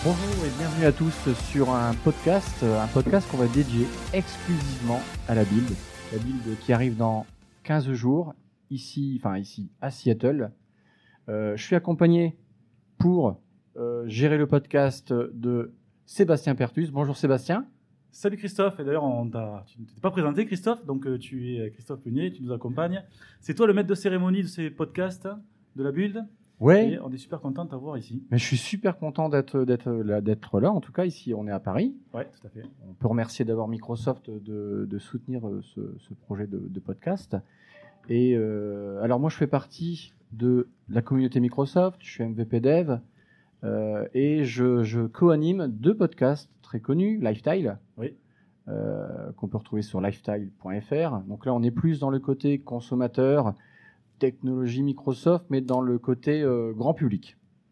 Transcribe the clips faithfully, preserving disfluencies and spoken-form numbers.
Bonjour et bienvenue à tous sur un podcast, un podcast qu'on va dédier exclusivement à la build. La build qui arrive dans quinze jours, ici, enfin ici à Seattle. Euh, je suis accompagné pour euh, gérer le podcast de Sébastien Pertus. Bonjour Sébastien. Salut Christophe, et d'ailleurs on t'a, tu ne t'es pas présenté Christophe, donc euh, tu es Christophe Punier, tu nous accompagnes. C'est toi le maître de cérémonie de ces podcasts de la build. Ouais. Et on est super content de t'avoir ici. Mais je suis super content d'être, d'être, là, d'être là, en tout cas ici on est à Paris. Ouais, tout à fait. On peut remercier d'abord Microsoft de, de soutenir ce, ce projet de, de podcast. Et euh, alors moi je fais partie de la communauté Microsoft, je suis M V P Dev euh, et je, je co-anime deux podcasts très connus, Lifestyle, oui. euh, qu'on peut retrouver sur lifestyle point f r. Donc là on est plus dans le côté consommateur, technologie Microsoft, mais dans le côté euh, grand public.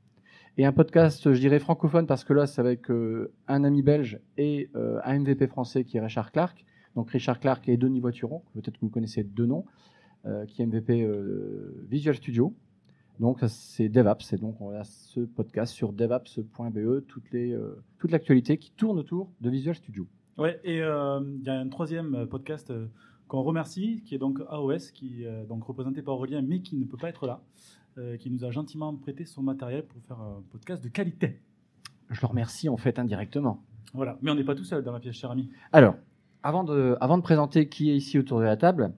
Et un podcast, je dirais francophone, parce que là c'est avec euh, un ami belge et euh, un M V P français qui est Richard Clark. Donc Richard Clark et Denis Voituron, peut-être que vous connaissez deux noms. Euh, qui est M V P euh, Visual Studio. Donc c'est DevApps, et donc on a ce podcast sur devapps point b e, toutes les, euh, toute l'actualité qui tourne autour de Visual Studio. Ouais, et il euh, y a un troisième podcast euh, qu'on remercie, qui est donc A O S, qui est euh, donc représenté par Aurélien, mais qui ne peut pas être là, euh, qui nous a gentiment prêté son matériel pour faire un podcast de qualité. Je le remercie en fait indirectement. Voilà, mais on n'est pas tout seul dans la pièce, cher ami. Alors, avant de, avant de présenter qui est ici autour de la table,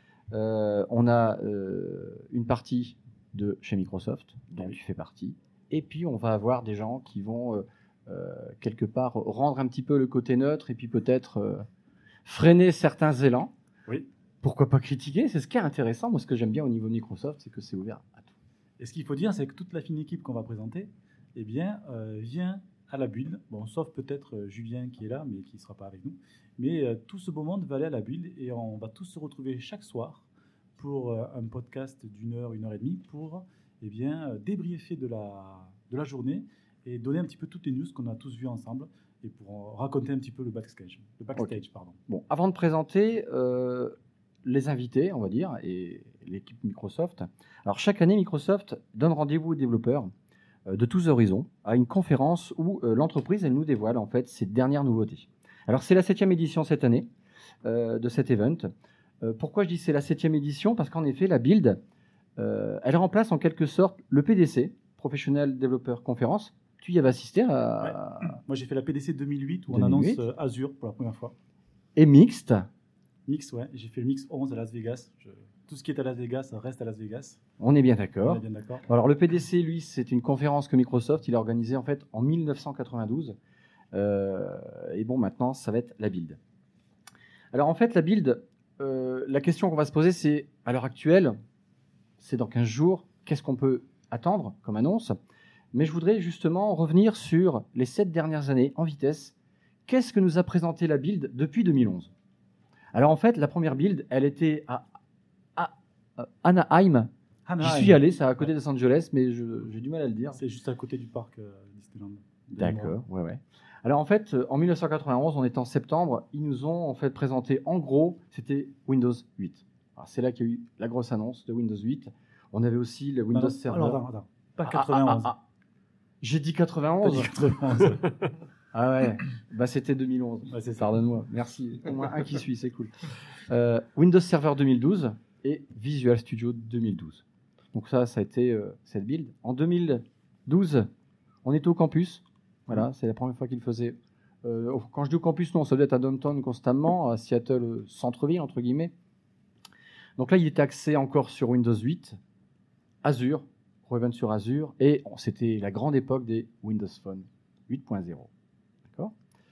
Euh, on a euh, une partie de chez Microsoft, dont tu fais partie, et puis on va avoir des gens qui vont euh, euh, quelque part rendre un petit peu le côté neutre, et puis peut-être euh, freiner certains élans. Oui. Pourquoi pas critiquer? C'est ce qui est intéressant. Moi, ce que j'aime bien au niveau de Microsoft, c'est que c'est ouvert à tout. Et ce qu'il faut dire, c'est que toute la fine équipe qu'on va présenter, eh bien, euh, vient à la build. Bon, sauf peut-être euh, Julien qui est là, mais qui ne sera pas avec nous. Mais euh, tout ce beau monde va aller à la build et on va tous se retrouver chaque soir pour euh, un podcast d'une heure, une heure et demie pour eh bien, euh, débriefer de la, de la journée et donner un petit peu toutes les news qu'on a tous vues ensemble et pour euh, raconter un petit peu le backstage. Le backstage Okay. pardon. Bon, avant de présenter euh, les invités, on va dire, et l'équipe Microsoft. Alors, chaque année, Microsoft donne rendez-vous aux développeurs euh, de tous horizons à une conférence où euh, l'entreprise, elle nous dévoile en fait ses dernières nouveautés. Alors, c'est la septième édition cette année euh, de cet event. Euh, pourquoi je dis c'est la septième édition? Parce qu'en effet, la build, euh, elle remplace en quelque sorte le P D C, Professional Developer Conference. Tu y avais assisté à... Ouais. Moi, j'ai fait la P D C deux mille huit où deux mille huit. On annonce euh, Azure pour la première fois. Et mixte. Mix, ouais. J'ai fait le Mix onze à Las Vegas. Je... Tout ce qui est à Las Vegas reste à Las Vegas. On est bien d'accord. On est bien d'accord. Alors, le P D C, lui, c'est une conférence que Microsoft il a organisée en fait en mille neuf cent quatre-vingt-douze. Euh, et bon, maintenant, ça va être la build. Alors, en fait, la build, euh, la question qu'on va se poser, c'est, à l'heure actuelle, c'est dans quinze jours, qu'est-ce qu'on peut attendre comme annonce? Mais je voudrais justement revenir sur les sept dernières années en vitesse. Qu'est-ce que nous a présenté la build depuis deux mille onze? Alors, en fait, la première build, elle était à, à, à Anaheim. Anaheim. J'y suis allé, c'est à côté de Los Angeles, mais je, j'ai du mal à le dire. C'est juste à côté du parc euh, Disneyland. D'accord, ouais, ouais. Alors en fait, en mille neuf cent quatre-vingt-onze, on est en septembre, ils nous ont en fait présenté, en gros, c'était Windows huit. Alors c'est là qu'il y a eu la grosse annonce de Windows huit. On avait aussi le Windows non, Server. Alors, attends, attends. Pas Ah, quatre-vingt-onze. ah, ah, ah. J'ai dit quatre-vingt-onze. T'as dit quatre-vingt-onze. Ah ouais, bah c'était deux mille onze. Ouais, c'est ça. Pardonne-moi, merci. Au moins un qui suit, c'est cool. Euh, Windows Server deux mille douze et Visual Studio deux mille douze. Donc ça, ça a été euh, cette build. En deux mille douze, on était au campus. Voilà, c'est la première fois qu'il faisait. Euh, quand je dis au campus, non, ça doit être à Downtown constamment, à Seattle centre-ville, entre guillemets. Donc là, il était axé encore sur Windows huit, Azure, revient sur Azure, et bon, c'était la grande époque des Windows Phone huit point zéro. D'accord ?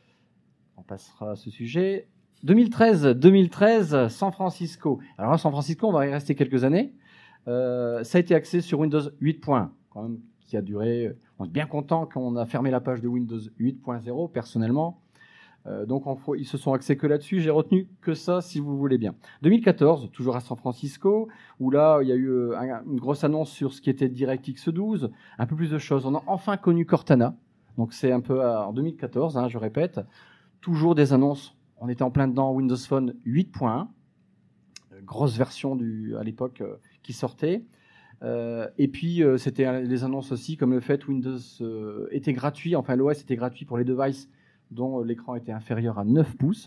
On passera à ce sujet. deux mille treize, deux mille treize, San Francisco. Alors là, San Francisco, on va y rester quelques années. Euh, ça a été axé sur Windows huit. Quand même, qui a duré. On est bien content qu'on a fermé la page de Windows huit point zéro, personnellement. Euh, donc, on, ils se sont axés que là-dessus. J'ai retenu que ça, si vous voulez bien. deux mille quatorze, toujours à San Francisco, où là, il y a eu un, une grosse annonce sur ce qui était DirectX douze, un peu plus de choses. On a enfin connu Cortana. Donc, c'est un peu à, en deux mille quatorze, hein, je répète. Toujours des annonces. On était en plein dedans, Windows Phone huit point un. Grosse version du, à l'époque euh, qui sortait. Euh, et puis, euh, c'était les annonces aussi, comme le fait Windows euh, était gratuit, enfin l'O S était gratuit pour les devices dont euh, l'écran était inférieur à neuf pouces.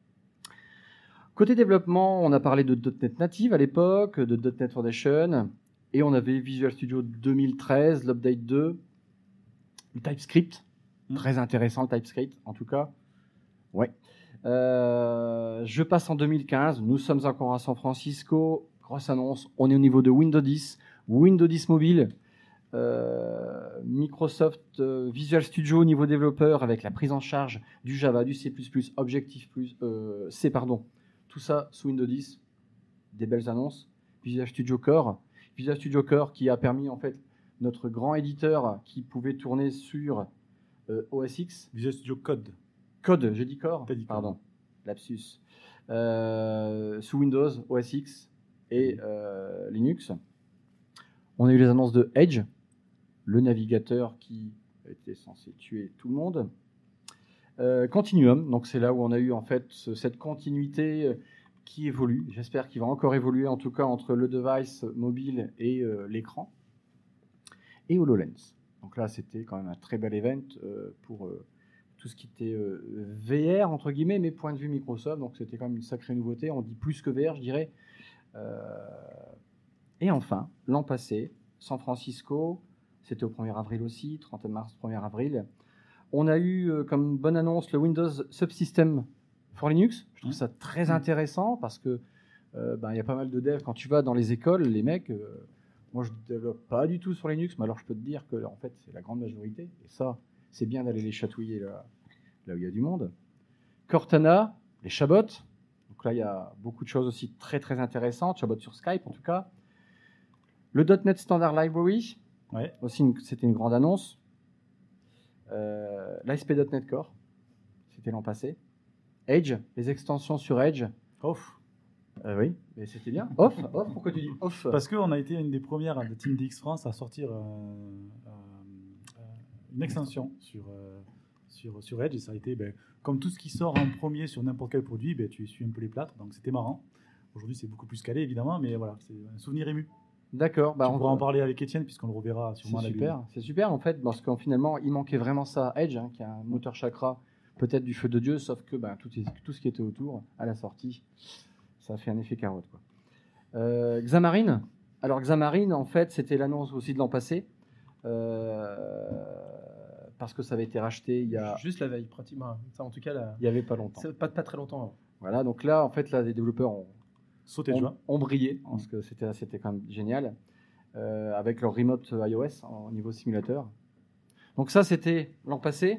Côté développement, on a parlé de .N E T Native à l'époque, de .N E T Foundation, et on avait Visual Studio deux mille treize, l'Update deux, le TypeScript, mmh. très intéressant le TypeScript en tout cas. Ouais. Euh, je passe en deux mille quinze, nous sommes encore à San Francisco, grosse annonce, on est au niveau de Windows dix, Windows dix mobile, euh, Microsoft euh, Visual Studio au niveau développeur avec la prise en charge du Java, du C plus plus, Objective-C, euh, C, pardon, tout ça sous Windows dix, des belles annonces. Visual Studio Core, Visual Studio Core qui a permis en fait notre grand éditeur qui pouvait tourner sur euh, O S X. Visual Studio Code. Code, j'ai dit Core, dit pardon, Code. Lapsus. Euh, sous Windows, O S X et euh, Linux. On a eu les annonces de Edge, le navigateur qui était censé tuer tout le monde. Euh, Continuum, donc c'est là où on a eu en fait cette continuité qui évolue. J'espère qu'il va encore évoluer en tout cas entre le device mobile et euh, l'écran. Et HoloLens. Donc là, c'était quand même un très bel event euh, pour euh, tout ce qui était euh, V R entre guillemets, mais point de vue Microsoft. Donc c'était quand même une sacrée nouveauté. On dit plus que V R, je dirais. Euh, et enfin, l'an passé, San Francisco, c'était au premier avril aussi, trente mars, premier avril. On a eu euh, comme bonne annonce le Windows Subsystem for Linux. Je trouve ça très intéressant parce que euh, ben, y a pas mal de devs. Quand tu vas dans les écoles, les mecs, euh, moi je ne développe pas du tout sur Linux, mais alors je peux te dire que en fait c'est la grande majorité. Et ça, c'est bien d'aller les chatouiller là, là où il y a du monde. Cortana, les chabots. Donc là, il y a beaucoup de choses aussi très très intéressantes. Chabots sur Skype en tout cas. Le .N E T Standard Library, ouais. aussi une, c'était une grande annonce. Euh, L'A S P point net Core, c'était l'an passé. Edge, les extensions sur Edge. Off. Euh, oui, mais c'était bien. Off, off. Pourquoi tu dis off? Parce qu'on a été une des premières de Team D X France à sortir euh, euh, une extension sur, euh, sur, sur Edge. Et ça a été, ben, comme tout ce qui sort en premier sur n'importe quel produit, ben, tu suis un peu les plâtres. Donc c'était marrant. Aujourd'hui, c'est beaucoup plus calé, évidemment, mais voilà, c'est un souvenir ému. D'accord. Bah, on pourra en parler avec Étienne puisqu'on le reverra sûrement. C'est super, c'est super en fait, parce qu'en finalement, il manquait vraiment ça à Edge, hein, qui a un moteur chakra, peut-être du feu de Dieu, sauf que bah, tout, tout ce qui était autour, à la sortie, ça a fait un effet carotte, quoi. Euh, Xamarin. Alors Xamarin, en fait, c'était l'annonce aussi de l'an passé, euh, parce que ça avait été racheté il y a... Juste la veille, pratiquement. Ça, en tout cas, la... il n'y avait pas longtemps. Pas, pas très longtemps avant. Voilà, donc là, en fait, là, les développeurs ont... Sauté de joie. Ont brillé, parce que c'était, c'était quand même génial, euh, avec leur remote iOS au niveau simulateur. Donc ça, c'était l'an passé.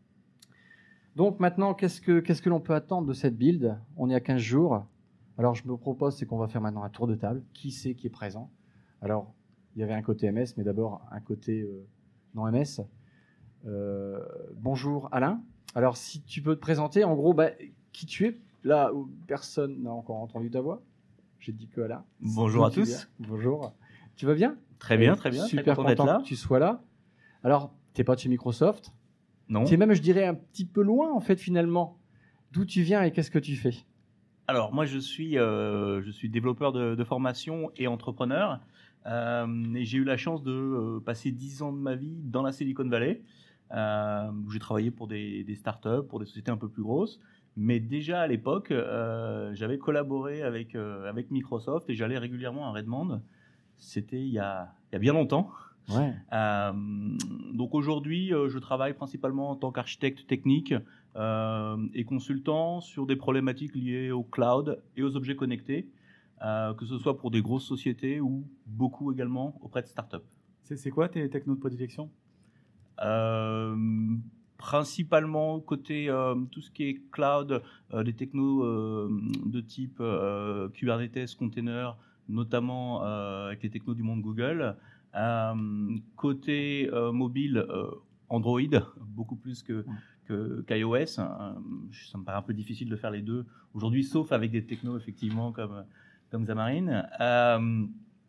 Donc maintenant, qu'est-ce que, qu'est-ce que l'on peut attendre de cette build? On est à quinze jours. Alors je me propose, c'est qu'on va faire maintenant un tour de table. Qui c'est qui est présent? Alors, il y avait un côté M S, mais d'abord un côté euh, non M S. Euh, bonjour Alain. Alors si tu peux te présenter, en gros, bah, qui tu es? Là où personne n'a encore entendu ta voix. J'ai dit que Alain. Bonjour à tous. Bonjour. Tu vas bien? Très bien, très bien. Super très content là. que tu sois là. Alors, tu n'es pas de chez Microsoft. Non. Tu es même, je dirais, un petit peu loin, en fait, finalement. D'où tu viens et qu'est-ce que tu fais? Alors, moi, je suis, euh, je suis développeur de, de formation et entrepreneur. Euh, et j'ai eu la chance de euh, passer dix ans de ma vie dans la Silicon Valley, euh, où j'ai travaillé pour des, des startups, pour des sociétés un peu plus grosses. Mais déjà à l'époque, euh, j'avais collaboré avec, euh, avec Microsoft et j'allais régulièrement à Redmond. C'était il y a, il y a bien longtemps. Ouais. Euh, donc aujourd'hui, euh, je travaille principalement en tant qu'architecte technique euh, et consultant sur des problématiques liées au cloud et aux objets connectés, euh, que ce soit pour des grosses sociétés ou beaucoup également auprès de startups. C'est, c'est quoi tes technos de prédilection? euh, Principalement côté euh, tout ce qui est cloud, euh, des technos euh, de type euh, Kubernetes, container, notamment euh, avec les technos du monde Google. Euh, côté euh, mobile, euh, Android, beaucoup plus que, que, qu'iOS. Euh, ça me paraît un peu difficile de faire les deux aujourd'hui, sauf avec des technos effectivement comme, comme Xamarin. Euh,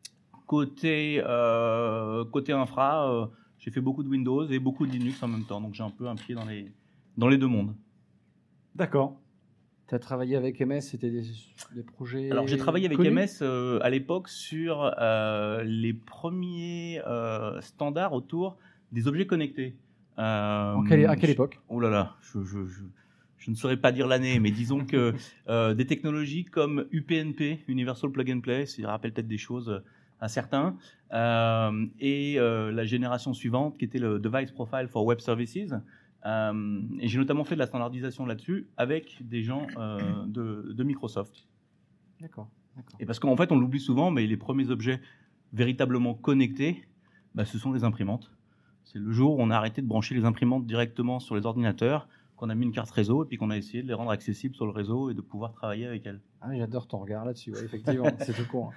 côté, euh, côté infra, euh, j'ai fait beaucoup de Windows et beaucoup de Linux en même temps, donc j'ai un peu un pied dans les, dans les deux mondes. D'accord. Tu as travaillé avec M S, c'était des, des projets. Alors, j'ai travaillé avec connus M S euh, à l'époque sur euh, les premiers euh, standards autour des objets connectés. Euh, En quelle- à quelle époque? Oh là là, je, je, je, je ne saurais pas dire l'année, mais disons que euh, des technologies comme U P n P, Universal Plug and Play, ça rappelle peut-être des choses à certains, euh, et euh, la génération suivante qui était le Device Profile for Web Services. Euh, et j'ai notamment fait de la standardisation là-dessus avec des gens euh, de, de Microsoft. D'accord. D'accord. Et parce qu'en fait, on l'oublie souvent, mais les premiers objets véritablement connectés, bah, ce sont les imprimantes. C'est le jour où on a arrêté de brancher les imprimantes directement sur les ordinateurs, qu'on a mis une carte réseau et puis qu'on a essayé de les rendre accessibles sur le réseau et de pouvoir travailler avec elles. Ah, j'adore ton regard là-dessus, ouais, effectivement, c'est tout con.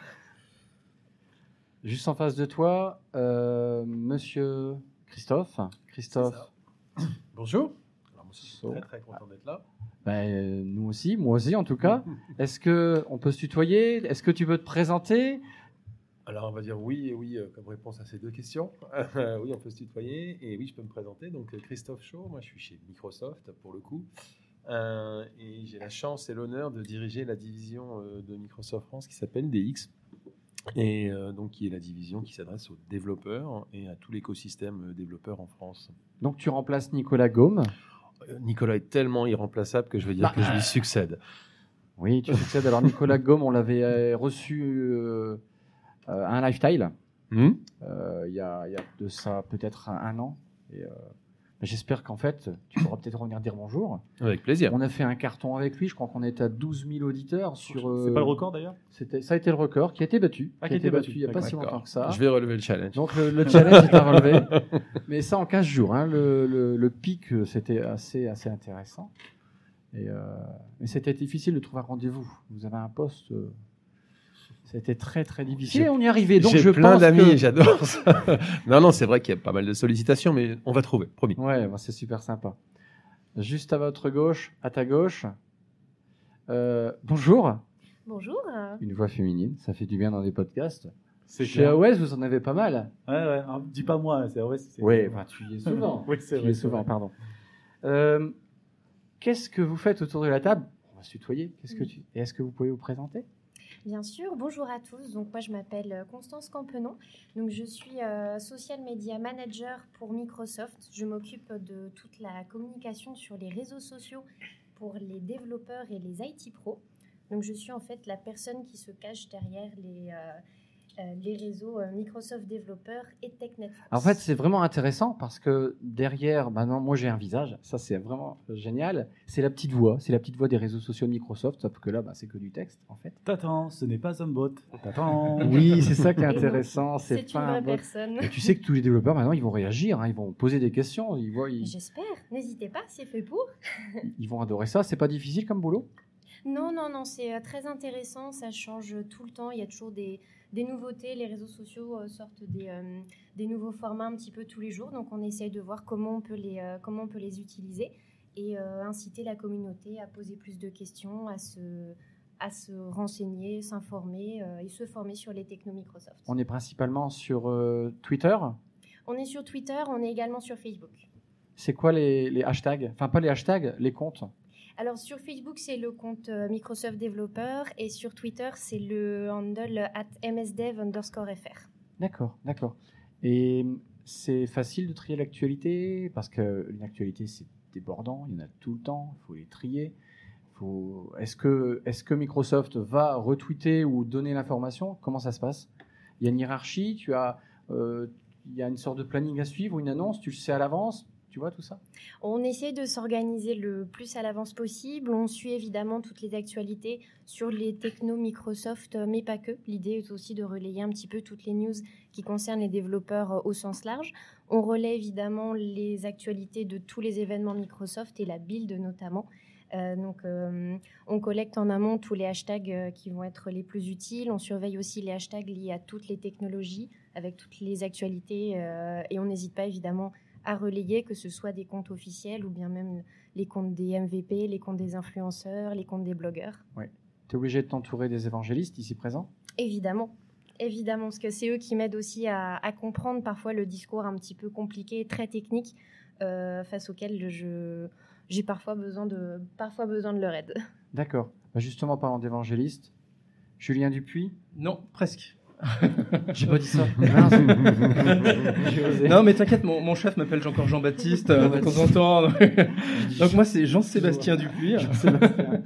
Juste en face de toi, euh, monsieur Christophe. Christophe. Bonjour. Alors, moi, je suis So. très très content d'être là. Ben, euh, nous aussi, moi aussi en tout cas. Est-ce qu'on peut se tutoyer? Est-ce que tu peux te présenter? Alors, on va dire oui et oui euh, comme réponse à ces deux questions. Euh, oui, on peut se tutoyer et oui, je peux me présenter. Donc, euh, Christophe Chaud, moi je suis chez Microsoft pour le coup. Euh, et j'ai la chance et l'honneur de diriger la division euh, de Microsoft France qui s'appelle D X. Et euh, donc, qui est la division qui s'adresse aux développeurs et à tout l'écosystème euh, développeur en France. Donc tu remplaces Nicolas Gaume. Euh, Nicolas est tellement irremplaçable que je vais dire Bah, que je lui succède. Oui, tu succèdes. Alors Nicolas Gaume, on l'avait euh, reçu euh, euh, à un lifestyle. Hmm Euh, il y, a, il y a de ça peut-être un, un an. Et, euh, mais j'espère qu'en fait, tu pourras peut-être revenir dire bonjour. Avec plaisir. On a fait un carton avec lui, je crois qu'on est à douze mille auditeurs. Sur, euh, C'est pas le record d'ailleurs? c'était, ça a été le record qui a été battu. Ah, qui a été battu il n'y a pas si D'accord. longtemps que ça. Je vais relever le challenge. Donc le, le challenge est à relever. Mais ça en quinze jours. Hein. Le, le, le pic, euh, c'était assez, assez intéressant. Et, euh, mais c'était difficile de trouver un rendez-vous. Vous avez un poste... Euh, C'était très très difficile. J'ai- Et on y arrivait. Donc J'ai je plein pense d'amis, que... j'adore ça. non, non, c'est vrai qu'il y a pas mal de sollicitations, mais on va trouver, promis. Ouais, bah, c'est super sympa. Juste à votre gauche, à ta gauche. Euh, bonjour. Bonjour. Une voix féminine, ça fait du bien dans des podcasts. C'est Chez clair. A O S, vous en avez pas mal. Ouais, ouais. Alors, dis pas moi, c'est ouais, c'est. Oui, enfin, tu y es souvent. Oui, c'est Tu y vrai. es c'est souvent, vrai. pardon. Euh, Qu'est-ce que vous faites autour de la table? On va se tutoyer. Qu'est-ce que tu... Et est-ce que vous pouvez vous présenter? Bien sûr, bonjour à tous. Donc moi je m'appelle Constance Campenon. Donc je suis euh, social media manager pour Microsoft. Je m'occupe de toute la communication sur les réseaux sociaux pour les développeurs et les I T pros. Donc je suis en fait la personne qui se cache derrière les, euh, euh, les réseaux euh, Microsoft développeurs et TechNet France. En fait, c'est vraiment intéressant parce que derrière, ben non, moi j'ai un visage, ça c'est vraiment génial. C'est la petite voix, c'est la petite voix des réseaux sociaux de Microsoft, sauf que là, ben, c'est que du texte en fait. T'attends, ce n'est pas un bot. T'attends. Oui, c'est ça qui est Et non, intéressant. c'est C'est une pas un vraie bot. personne. Et tu sais que tous les développeurs maintenant, ils vont réagir, hein, ils vont poser des questions, ils, voient, ils, J'espère. N'hésitez pas, c'est fait pour. ils vont adorer ça. C'est pas difficile comme boulot? Non, non, non, c'est euh, très intéressant, ça change tout le temps, il y a toujours des, des nouveautés, les réseaux sociaux euh, sortent des, euh, des nouveaux formats un petit peu tous les jours, donc on essaye de voir comment on peut les, euh, comment on peut les utiliser et euh, inciter la communauté à poser plus de questions, à se, à se renseigner, s'informer euh, et se former sur les technos Microsoft. On est principalement sur euh, Twitter. On est sur Twitter, on est également sur Facebook. C'est quoi les, les hashtags? Enfin, pas les hashtags, les comptes. Alors sur Facebook, c'est le compte euh, Microsoft Developer et sur Twitter, c'est le handle at msdev underscore fr. D'accord, d'accord. Et c'est facile de trier l'actualité parce qu'une actualité, c'est débordant, il y en a tout le temps, il faut les trier. Faut... Est-ce que, est-ce que Microsoft va retweeter ou donner l'information? Comment ça se passe? Il y a une hiérarchie, tu as, euh, il y a une sorte de planning à suivre ou une annonce, tu le sais à l'avance? Tu vois tout ça? On essaie de s'organiser le plus à l'avance possible. On suit évidemment toutes les actualités sur les technos Microsoft, mais pas que. L'idée est aussi de relayer un petit peu toutes les news qui concernent les développeurs au sens large. On relaie évidemment les actualités de tous les événements Microsoft et la build notamment. Euh, donc, euh, on collecte en amont tous les hashtags euh, qui vont être les plus utiles. On surveille aussi les hashtags liés à toutes les technologies avec toutes les actualités euh, et on n'hésite pas évidemment à relayer, que ce soit des comptes officiels ou bien même les comptes des M V P, les comptes des influenceurs, les comptes des blogueurs. Tu es obligé de t'entourer des évangélistes ici présents? Évidemment, évidemment, parce que c'est eux qui m'aident aussi à, à comprendre parfois le discours un petit peu compliqué, très technique, euh, face auquel je, j'ai parfois besoin, de, parfois besoin de leur aide. D'accord. Bah, justement, parlant d'évangéliste, Julien Dupuis. Non, presque. J'ai pas dit ça. Mince. J'ai osé. Non, mais t'inquiète, mon, mon chef m'appelle encore Jean-Baptiste euh, de temps en temps. Donc moi, c'est Jean-Sébastien Dupuis. Jean-Sébastien.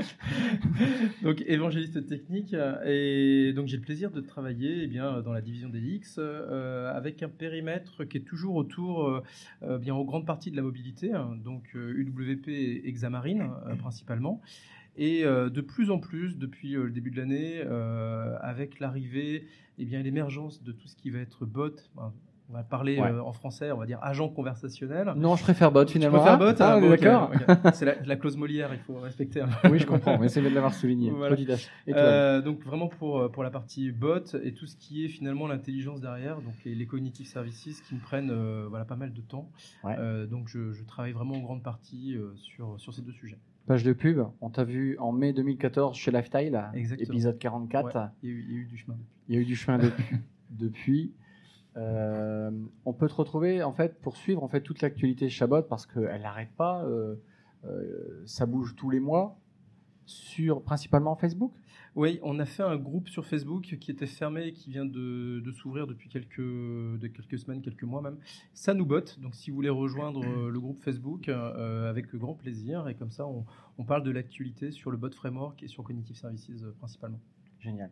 Donc évangéliste technique. Et donc j'ai le plaisir de travailler eh bien, dans la division D X euh, avec un périmètre qui est toujours autour euh, euh, bien, aux grandes parties de la mobilité, hein, donc euh, U W P et Examarine euh, principalement. Et euh, de plus en plus, depuis euh, le début de l'année, euh, avec l'arrivée, eh bien, l'émergence de tout ce qui va être bot, ben, on va parler Ouais. euh, en français, on va dire agent conversationnel. Non, je préfère bot finalement. Tu préfères bot Ah, Ah, on bon, est ok, d'accord. ok. C'est la, la clause Molière, il faut respecter. Oui, je comprends, mais c'est bien de l'avoir souligné. Voilà. Petit dash. Et toi Euh, donc vraiment pour, pour la partie bot et tout ce qui est finalement l'intelligence derrière, donc les, les cognitive services qui me prennent euh, voilà, pas mal de temps. Ouais. Euh, donc je, je travaille vraiment en grande partie euh, sur, sur ces deux sujets. Page de pub, on t'a vu en mai deux mille quatorze chez Lifestyle, Exactement. épisode quarante-quatre. Ouais, il, y a eu, il y a eu du chemin depuis. Il y a eu du chemin depuis. depuis. Euh, on peut te retrouver en fait pour suivre en fait toute l'actualité Chabot parce qu'elle n'arrête pas. Euh, euh, ça bouge tous les mois sur principalement Facebook. Oui, on a fait un groupe sur Facebook qui était fermé et qui vient de, de s'ouvrir depuis quelques, de quelques semaines, quelques mois même. Ça nous botte, donc si vous voulez rejoindre euh, le groupe Facebook, euh, avec grand plaisir. Et comme ça, on, on parle de l'actualité sur le bot framework et sur Cognitive Services euh, principalement. Génial.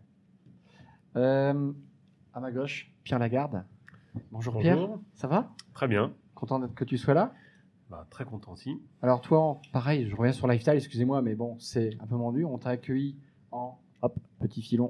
Euh, à ma gauche, Pierre Lagarde. Bonjour, Bonjour. Pierre, ça va? Très bien. Content d'être- que tu sois là. Bah, très content aussi. Alors toi, pareil, je reviens sur Lifestyle, excusez-moi, mais bon, c'est un peu vendu. On t'a accueilli en, hop, petit filon,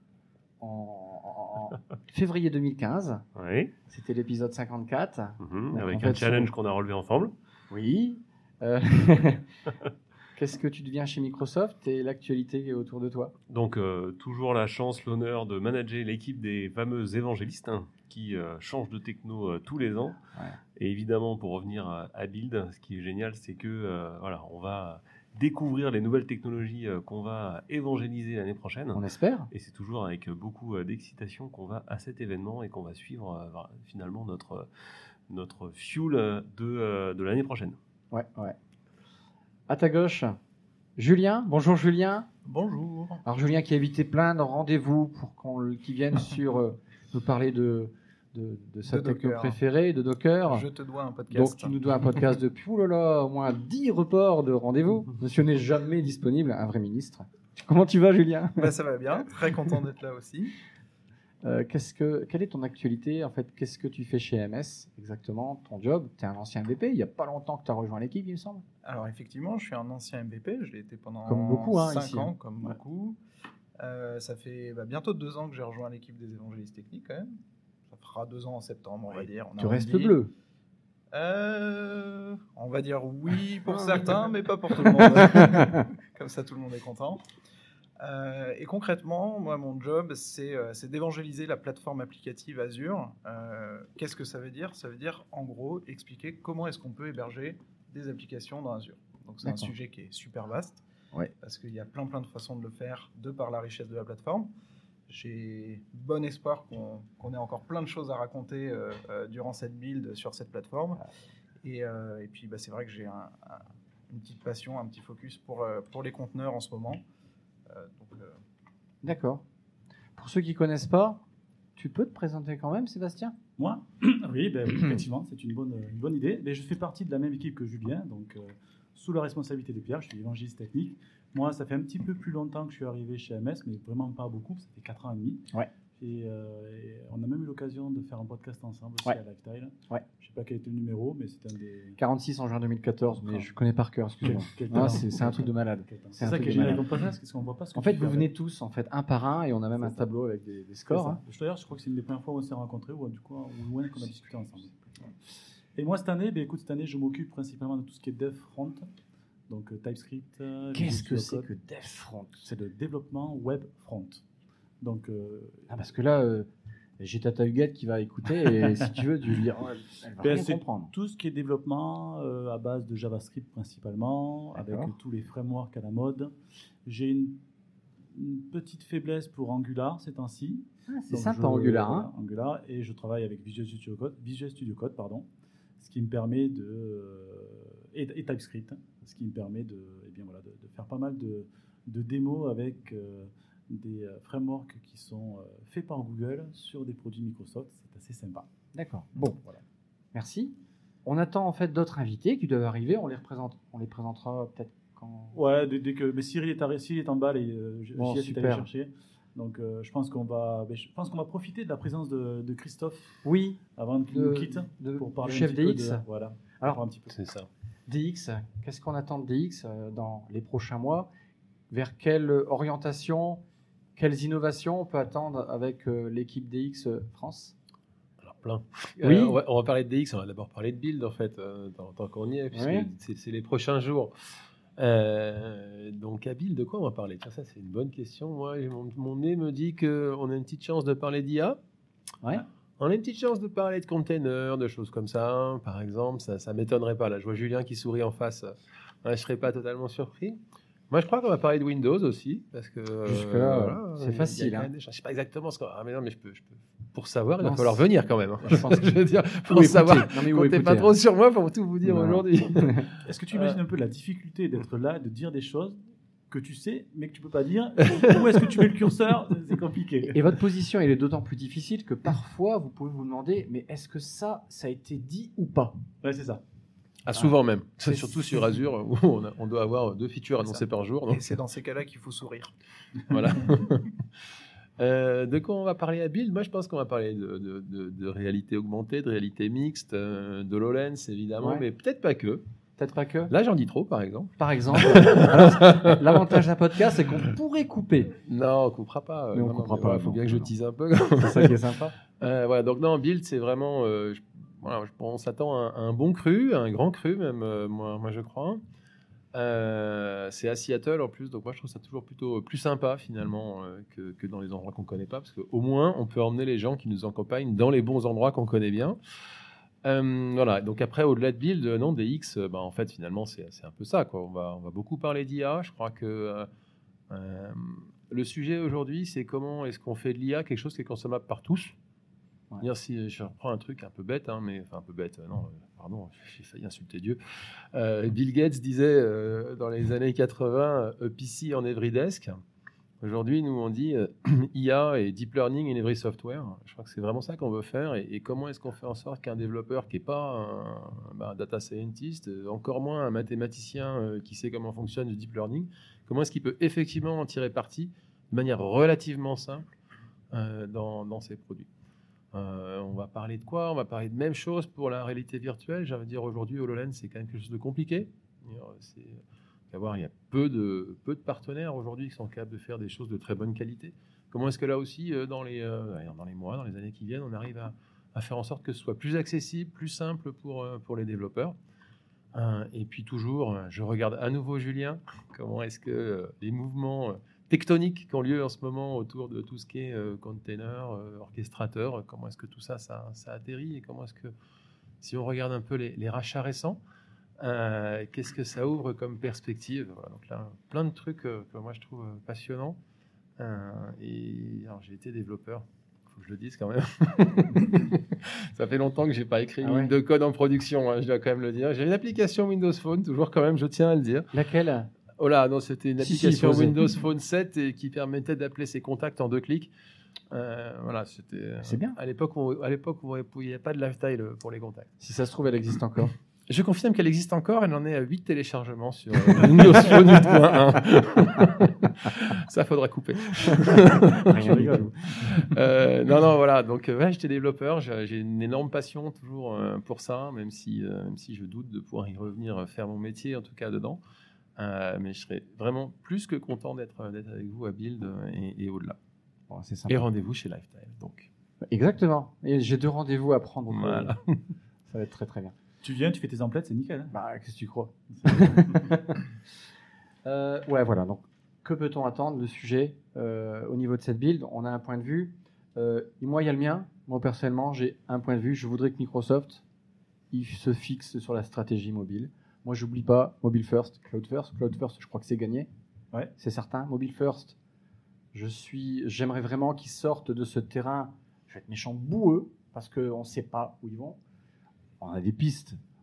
en, en- en février deux mille quinze. Oui. C'était l'épisode cinquante-quatre. Mhm. Donc, Avec en un fait, challenge sur- qu'on a relevé ensemble. Oui. Euh, Qu'est-ce que tu deviens chez Microsoft et l'actualité autour de toi? Donc, euh, toujours la chance, l'honneur de manager l'équipe des fameux évangélistes hein, qui euh, changent de techno euh, tous les ans. Ouais. Et évidemment, pour revenir à, à Build, ce qui est génial, c'est que euh, voilà, on va découvrir les nouvelles technologies euh, qu'on va évangéliser l'année prochaine. On espère. Et c'est toujours avec beaucoup euh, d'excitation qu'on va à cet événement et qu'on va suivre euh, finalement notre, notre fuel euh, de, euh, de l'année prochaine. Ouais, ouais. À ta gauche, Julien. Bonjour Julien. Bonjour. Alors Julien qui a évité plein de rendez-vous pour qu'on le- qu'il vienne sur euh, nous parler de, de, de sa De techno Docker. préférée, de Docker. Je te dois un podcast. Donc tu nous dois un podcast depuis oh là là, au moins dix reports de rendez-vous. Monsieur n'est jamais disponible, un vrai ministre. Comment tu vas Julien? Bah, ça va bien, très content d'être là aussi. Euh, qu'est-ce que, quelle est ton actualité? En fait, qu'est-ce que tu fais chez M S exactement? Ton job? Tu es un ancien M V P, il n'y a pas longtemps que tu as rejoint l'équipe, il me semble. Alors effectivement, je suis un ancien M V P, je l'ai été pendant Comme beaucoup, hein, cinq ici, ans, hein. comme Ouais. beaucoup. Euh, ça fait bah, bientôt deux ans que j'ai rejoint l'équipe des évangélistes techniques quand même. Ça fera deux ans en septembre, on va dire. On Tu restes arrondit. bleu. Euh, On va dire oui pour certains, mais pas pour tout le monde. Comme ça, tout le monde est content. Euh, et concrètement, moi, mon job, c'est euh, c'est d'évangéliser la plateforme applicative Azure. Euh, Qu'est-ce que ça veut dire? Ça veut dire, en gros, expliquer comment est-ce qu'on peut héberger des applications dans Azure. Donc, c'est un D'accord. sujet qui est super vaste, Ouais. parce qu'il y a plein, plein de façons de le faire, de par la richesse de la plateforme. J'ai bon espoir qu'on qu'on ait encore plein de choses à raconter euh, euh, durant cette build sur cette plateforme. Et, euh, et puis, bah, c'est vrai que j'ai un- un- une petite passion, un petit focus pour, euh, pour les conteneurs en ce moment. Euh, donc, euh, D'accord. Pour ceux qui ne connaissent pas, tu peux te présenter quand même, Sébastien? Moi Oui, ben, oui, effectivement, c'est une bonne, une bonne idée. Mais je fais partie de la même équipe que Julien, donc euh, sous la responsabilité de Pierre, je suis évangéliste technique. Moi, ça fait un petit peu plus longtemps que je suis arrivé chez M S, mais vraiment pas beaucoup, ça fait quatre ans et demi. Ouais. Et, euh, et on a même eu l'occasion de faire un podcast ensemble aussi Ouais. à Lifestyle. Ouais. Je sais pas quel était le numéro, mais c'est un des... quarante-six en juin deux mille quatorze, mais Ah. je connais par cœur, excuse-moi. Quel Ah, talent. c'est c'est un truc de malade. Quel talent. C'est C'est un ça truc qui est de génial malade. avec ton podcast, parce qu'on voit pas ce que En tu fait, fais vous venez avec. tous, en fait, un par un, et on a même C'est un ça. tableau avec des, des C'est scores. ça. hein. D'ailleurs, je crois que c'est une des premières fois où on s'est rencontrés, ou du coup, au moins qu'on a discuté ensemble. Et moi, cette année, ben, écoute, cette année, je m'occupe principalement de tout ce qui est dev front, donc euh, TypeScript. euh, Qu'est-ce que Visual c'est Code. que DevFront? C'est le développement web front. Donc, euh, Ah, parce que là, euh, j'ai Tata Huguette qui va écouter, et si tu veux, tu lui dire, oh, elle, elle va ben, rien c'est comprendre. tout ce qui est développement euh, à base de JavaScript principalement, avec D'accord. euh, tous les frameworks à la mode. J'ai une, une petite faiblesse pour Angular ces temps-ci. Ah, c'est Donc, sympa, je- Angular. Hein. voilà, Angular, et je travaille avec Visual Studio Code, Visual Studio Code pardon, ce qui me permet de euh, et, et TypeScript, ce qui me permet de, eh bien, voilà, de, de faire pas mal de, de démos avec euh, des euh, frameworks qui sont euh, faits par Google sur des produits Microsoft. C'est assez sympa. D'accord. Bon, Voilà. merci. On attend en fait d'autres invités qui doivent arriver. On les représente, on les présentera peut-être quand. Ouais, dès, dès que mais Cyril est, arri- Cyril est en bas et euh, J- Bon, J S est super. allé chercher. Donc euh, je pense qu'on va, ben, je pense qu'on va profiter de la présence de, de Christophe Oui, avant qu'il de- nous quitte de- pour parler du un chef petit peu D X. de- voilà. Alors, un petit peu. C'est ça. D X, qu'est-ce qu'on attend de D X euh, dans les prochains mois? Vers quelle orientation, quelles innovations on peut attendre avec euh, l'équipe D X euh, France? Alors, plein. Oui. Euh, on, va, on va parler de D X, on va d'abord parler de build, en fait, euh, tant, tant qu'on y est, puisque Oui. c'est, c'est les prochains jours. Euh, donc, à build, de quoi on va parler? Tiens, ça, c'est une bonne question. Moi, j'ai- mon, mon nez me dit qu'on a une petite chance de parler d'I A. Ouais. On a une petite chance de parler de containers, de choses comme ça, par exemple. Ça ne m'étonnerait pas. Là, je vois Julien qui sourit en face. Ouais, je ne serais pas totalement surpris. Moi, je crois qu'on va parler de Windows aussi, parce que euh, Jusque-là, c'est il y a- facile, il y a quand hein. même des choses- Je sais pas exactement ce qu'on. Ah, mais non, mais je peux, je peux. Pour savoir, il va Non, falloir c'est- venir quand même. hein. Je pense que- je veux dire, pour Ou savoir. écouter. Non, mais ou Comptez pas écouter, trop hein. sur moi pour tout vous dire Non. aujourd'hui. Est-ce que tu imagines un peu la difficulté d'être là, de dire des choses que tu sais, mais que tu peux pas dire? Où est-ce que tu mets le curseur? C'est- C'est compliqué. Et votre position, elle est d'autant plus difficile que parfois, vous pouvez vous demander, mais est-ce que ça, ça a été dit ou pas? Ouais, c'est ça. Ah, souvent même. C'est- Surtout sur Azure, où on, a- on doit avoir deux features C'est annoncées ça. par jour. Et Donc, c'est dans ces cas-là qu'il faut sourire. voilà. Euh, de quoi on va parler à Build? Moi, je pense qu'on va parler de, de- de- de réalité augmentée, de réalité mixte, euh, de HoloLens, évidemment, Ouais. mais peut-être pas que. Peut-être pas que. Là, j'en dis trop, par exemple. Par exemple, alors, l'avantage d'un podcast, c'est qu'on pourrait couper. Non, on coupera pas. Mais on Non, non, coupera mais pas, voilà, faut non, bien que je non. tease un peu. C'est ça qui est sympa. Euh, voilà, donc non, Build, c'est vraiment, euh, je- voilà, je- on s'attend à, un- à un bon cru, à un grand cru même, euh, moi, moi je crois. Euh, c'est à Seattle en plus, donc moi je trouve ça toujours plutôt plus sympa finalement euh, que, que dans les endroits qu'on connaît pas, parce qu'au moins on peut emmener les gens qui nous accompagnent dans les bons endroits qu'on connaît bien. Euh, voilà, donc après au-delà de Build, non, D X, euh, bah, en fait finalement c'est, c'est un peu ça, quoi. On va, on va beaucoup parler d'I A, je crois que euh, euh, le sujet aujourd'hui c'est comment est-ce qu'on fait de l'I A quelque chose qui est consommable par tous. Ouais. Dire si je reprends un truc un peu bête, hein, mais enfin un peu bête, euh, non, euh, pardon, j'ai failli insulter Dieu. Euh, Bill Gates disait euh, dans les années quatre-vingts, euh, a P C on every desk. Aujourd'hui, nous on dit euh, I A et deep learning in every software. Je crois que c'est vraiment ça qu'on veut faire. Et, et comment est-ce qu'on fait en sorte qu'un développeur qui n'est pas un, bah, un data scientist, euh, encore moins un mathématicien euh, qui sait comment fonctionne le deep learning, comment est-ce qu'il peut effectivement en tirer parti de manière relativement simple euh, dans, dans ses produits. Euh, on va parler de quoi? On va parler de même chose pour la réalité virtuelle. J'allais dire aujourd'hui, HoloLens, c'est quand même quelque chose de compliqué. C'est, à voir, il y a peu de, peu de partenaires aujourd'hui qui sont capables de faire des choses de très bonne qualité. Comment est-ce que là aussi, euh, dans les, euh, dans les mois, dans les années qui viennent, on arrive à, à faire en sorte que ce soit plus accessible, plus simple pour, euh, pour les développeurs? Euh, et puis toujours, euh, je regarde à nouveau Julien, comment est-ce que euh, les mouvements... Euh, tectoniques qui ont lieu en ce moment autour de tout ce qui est euh, container, euh, orchestrateur, comment est-ce que tout ça, ça, ça atterrit et comment est-ce que, si on regarde un peu les, les rachats récents, euh, qu'est-ce que ça ouvre comme perspective? Voilà, donc là, plein de trucs euh, que moi je trouve euh, passionnants. Euh, et alors, j'ai été développeur, il faut que je le dise quand même. Ça fait longtemps que j'ai pas écrit une Ah ouais. ligne de code en production, hein, je dois quand même le dire. J'ai une application Windows Phone, toujours quand même, je tiens à le dire. Laquelle? Oh là, non, c'était une Si, si, il application faut oser. Windows Phone sept et qui permettait d'appeler ses contacts en deux clics. Euh, voilà, c'était. euh, C'est bien. À l'époque, où, à l'époque où il n'y avait pas de lifestyle pour les contacts. Si ça se trouve, elle existe encore. Je confirme qu'elle existe encore. Elle en est à huit téléchargements sur euh, Windows Phone huit point un. Ça, faudra couper. Je rigole. Euh, non, non, voilà. Donc, euh, ouais, j'étais développeur. J'ai, j'ai une énorme passion toujours euh, pour ça, même si, euh, même si je doute de pouvoir y revenir euh, faire mon métier, en tout cas dedans. Euh, mais je serais vraiment plus que content d'être, d'être avec vous à Build euh, et, et au-delà. Bon, c'est sympa. Et rendez-vous chez Lifetime. Donc, Exactement. Et j'ai deux rendez-vous à prendre. donc, voilà. euh, Ça va être très très bien. Tu viens, tu fais tes emplettes, c'est nickel. hein. Bah, qu'est-ce que tu crois? euh, Ouais, voilà. Donc, que peut-on attendre de sujet euh, au niveau de cette build? On a un point de vue. Euh, moi, il y a le mien. Moi, personnellement, j'ai un point de vue. Je voudrais que Microsoft il se fixe sur la stratégie mobile. Moi, j'oublie pas mobile first, cloud first. Cloud first, je crois que c'est gagné. Ouais. C'est certain. Mobile first, je suis, j'aimerais vraiment qu'ils sortent de ce terrain. Je vais être méchant boueux parce qu'on ne sait pas où ils vont. On a des pistes.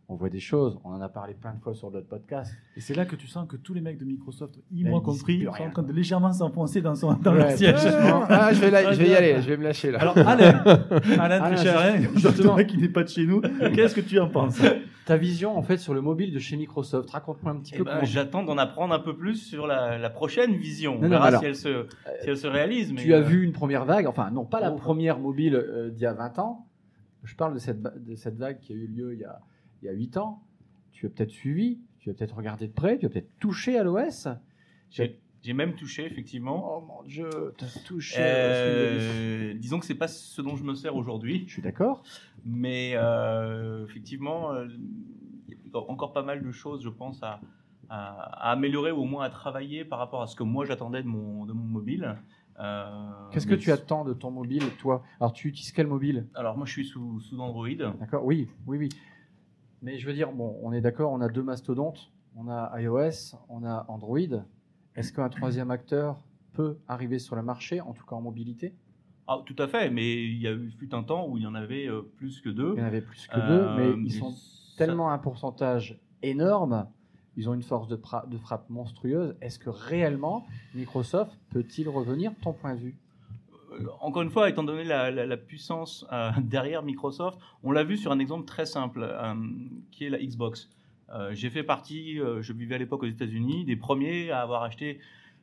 on voit des choses, on en a parlé plein de fois sur d'autres podcasts. Et c'est là que tu sens que tous les mecs de Microsoft, y Ben, moi ils disent compris, plus sont rien. en train de légèrement s'enfoncer dans, son, dans leur Ouais. siège. Ah, je vais, la- je vais y aller, je vais me lâcher là. Alors Alain, Alain, Alain, très cher Alain, justement. justement, qui n'est pas de chez nous, qu'est-ce que tu en penses? Ta vision en fait sur le mobile de chez Microsoft, raconte-moi un petit Eh peu ben, comment j'attends d'en apprendre un peu plus sur la, la prochaine vision. On Non, non, verra alors, si, elle se, si elle se réalise. Mais, tu as euh, vu une première vague, enfin non pas la Oh. première mobile euh, d'il y a vingt ans, je parle de cette, ba- de cette vague qui a eu lieu il y a, il y a huit ans, tu as peut-être suivi, tu as peut-être regardé de près, tu as peut-être touché à l'O S. J'ai j'ai même touché, effectivement. Oh mon dieu, tu as touché à l'O S. Euh, disons que c'est pas ce dont je me sers aujourd'hui, Je suis d'accord. mais euh, effectivement, euh, il y a encore pas mal de choses, je pense, à, à- à améliorer ou au moins à travailler par rapport à ce que moi j'attendais de mon, de mon mobile. Euh, Qu'est-ce que mais tu attends de ton mobile, toi? Alors tu utilises quel mobile? Alors moi je suis sous, sous Android. D'accord, oui, oui, oui. Mais je veux dire, bon, on est d'accord, on a deux mastodontes, on a iOS, on a Android. Est-ce qu'un troisième acteur peut arriver sur le marché, en tout cas en mobilité? Ah, tout à fait, mais il y a eu fut un temps où il y en avait euh, plus que deux. Il y en avait plus que Euh, deux, mais ils mais sont ça- tellement un pourcentage énorme, ils ont une force de, pra- de frappe monstrueuse. Est-ce que réellement Microsoft peut-il revenir, ton point de vue? Euh, Encore une fois, étant donné la, la- la puissance euh, derrière Microsoft, on l'a vu sur un exemple très simple, euh, qui est la Xbox. Euh, J'ai fait partie, euh, je vivais à l'époque aux États-Unis, des premiers à avoir acheté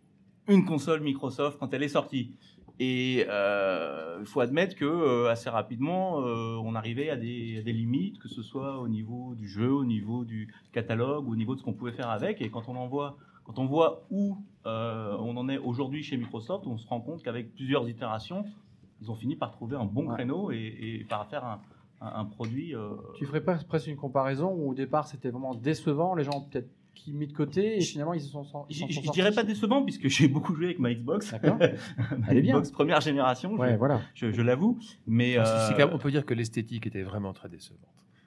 une console Microsoft quand elle est sortie. Et euh, il faut admettre que euh, assez rapidement, euh, on arrivait à des, à des limites, que ce soit au niveau du jeu, au niveau du catalogue, au niveau de ce qu'on pouvait faire avec. Et quand on en voit, quand on voit où euh, on en est aujourd'hui chez Microsoft, on se rend compte qu'avec plusieurs itérations, ils ont fini par trouver un bon Ouais. créneau et, et par faire un, un- un produit. euh, Tu ferais pas presque une comparaison où au départ c'était vraiment décevant, les gens ont peut-être qui mis de côté et finalement ils se sont, ils Je, s'en je- sont je dirais pas sortis. décevant puisque j'ai beaucoup joué avec ma Xbox. D'accord. Ma Elle est bien. Xbox première génération, je- Ouais, voilà. je, je l'avoue. Mais Ah, c'est- euh, c'est quand même- on peut dire que l'esthétique était vraiment très décevante.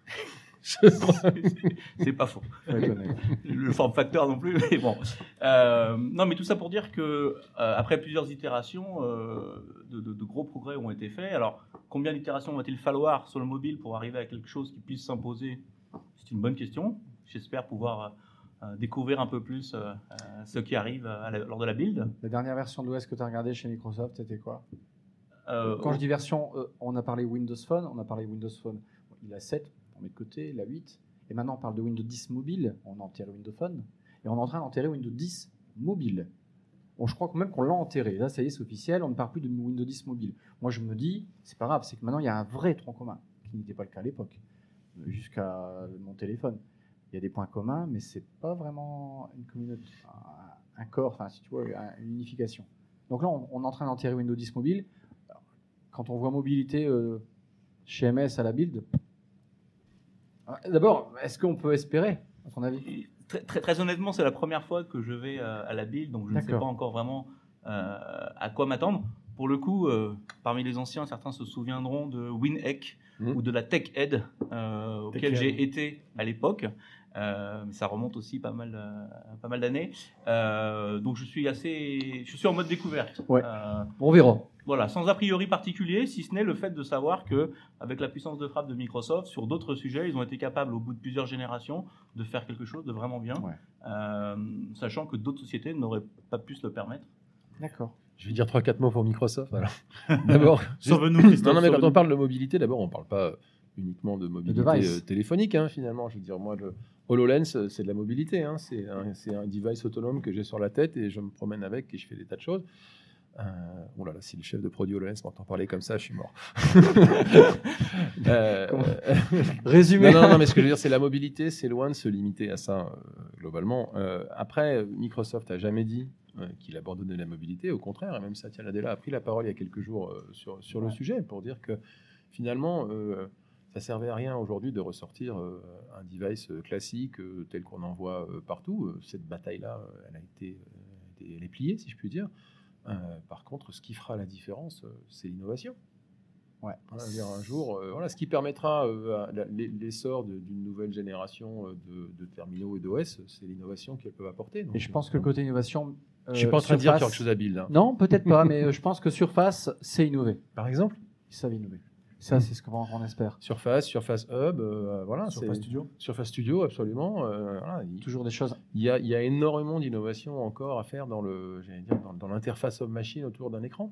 c'est pas faux. Faut être honnête. Le form factor non plus, mais bon. Euh, non, mais tout ça pour dire que euh, après plusieurs itérations, euh, de, de- de gros progrès ont été faits. Alors, combien d'itérations va-t-il falloir sur le mobile pour arriver à quelque chose qui puisse s'imposer? C'est une bonne question. J'espère pouvoir euh, découvrir un peu plus euh, euh, ce qui arrive à la- lors de la build. La dernière version d'O S que tu as regardée chez Microsoft, c'était quoi? Euh, Quand je dis version, euh, on a parlé Windows Phone, on a parlé Windows Phone. Bon, il a sept, on met de côté, il a huit. Et maintenant, on parle de Windows dix mobile, on a enterré Windows Phone. Et on est en train d'enterrer Windows dix mobile. Bon, je crois quand même qu'on l'a enterré. Là, ça y est, c'est officiel, on ne parle plus de Windows dix mobile. Moi, je me dis, c'est pas grave, c'est que maintenant, il y a un vrai tronc commun, qui n'était pas le cas à l'époque, euh, jusqu'à mon téléphone. Il y a des points communs, mais c'est pas vraiment une communauté, un, un corps, enfin, si tu vois, un- une unification. Donc là, on, on est en train d'enterrer Windows dix mobile. Quand on voit mobilité euh, chez M S à la build, euh, d'abord, est-ce qu'on peut espérer, à ton avis? Et Très, très, très honnêtement, c'est la première fois que je vais euh, à la build, donc je ne sais D'accord. pas encore vraiment euh, à quoi m'attendre. Pour le coup, euh, parmi les anciens, certains se souviendront de WinEck Mhm. ou de la TechEd, euh, auquel TechEd. j'ai été à l'époque. Euh, mais ça remonte aussi pas mal, euh, pas mal d'années. Euh, donc je suis assez, je suis en mode découverte. Ouais. Euh, On verra. voilà, sans a priori particulier, si ce n'est le fait de savoir que, avec la puissance de frappe de Microsoft, sur d'autres sujets, ils ont été capables, au bout de plusieurs générations, de faire quelque chose de vraiment bien, Ouais. euh, sachant que d'autres sociétés n'auraient pas pu se le permettre. D'accord. Je vais dire trois quatre mots pour Microsoft. Alors. D'abord, Sauve-nous, Christophe. non, non, mais quand sauve-nous. on parle de mobilité, d'abord, on ne parle pas uniquement de mobilité device. euh, téléphonique, hein, finalement. Je veux dire, moi, le HoloLens, euh, c'est de la mobilité. Hein. C'est un, c'est un device autonome que j'ai sur la tête et je me promène avec et je fais des tas de choses. Euh, oh là là, si le chef de produit HoloLens m'entend parler comme ça, je suis mort. Euh, Comment euh, Résumé. non, non, non, mais ce que je veux dire, c'est la mobilité, c'est loin de se limiter à ça, euh, globalement. Euh, après, Microsoft n'a jamais dit euh, qu'il abandonnait la mobilité. Au contraire, et même Satya Nadella a pris la parole il y a quelques jours euh, sur, sur le Ouais. sujet pour dire que finalement, euh, ça servait à rien aujourd'hui de ressortir euh, un device euh, classique euh, tel qu'on en voit euh, partout. Euh, Cette bataille-là, euh, elle a été, euh, été- elle est pliée, si je puis dire. Euh, par contre, ce qui fera la différence, euh, c'est l'innovation. Ouais. Voilà, dire un jour, euh, voilà, ce qui permettra euh, à la- l'e- l'essor de- d'une nouvelle génération euh, de, de terminaux et d'O S, c'est l'innovation qu'elles peuvent apporter. Donc, Et je pense que euh, côté innovation. je suis euh, pas en train de dire qu'il y a Surface- quelque chose à build. hein. Non, peut-être pas, mais euh, je pense que Surface, c'est innover. Par exemple, Ils savent innover. Ça, c'est ce qu'on on espère. Surface, Surface Hub, euh, voilà. Surface c'est- Studio. Surface Studio, absolument. euh, voilà, il, Toujours des choses. il y a, il y a énormément d'innovations encore à faire dans le, j'allais dire, dans, dans l'interface homme-machine autour d'un écran.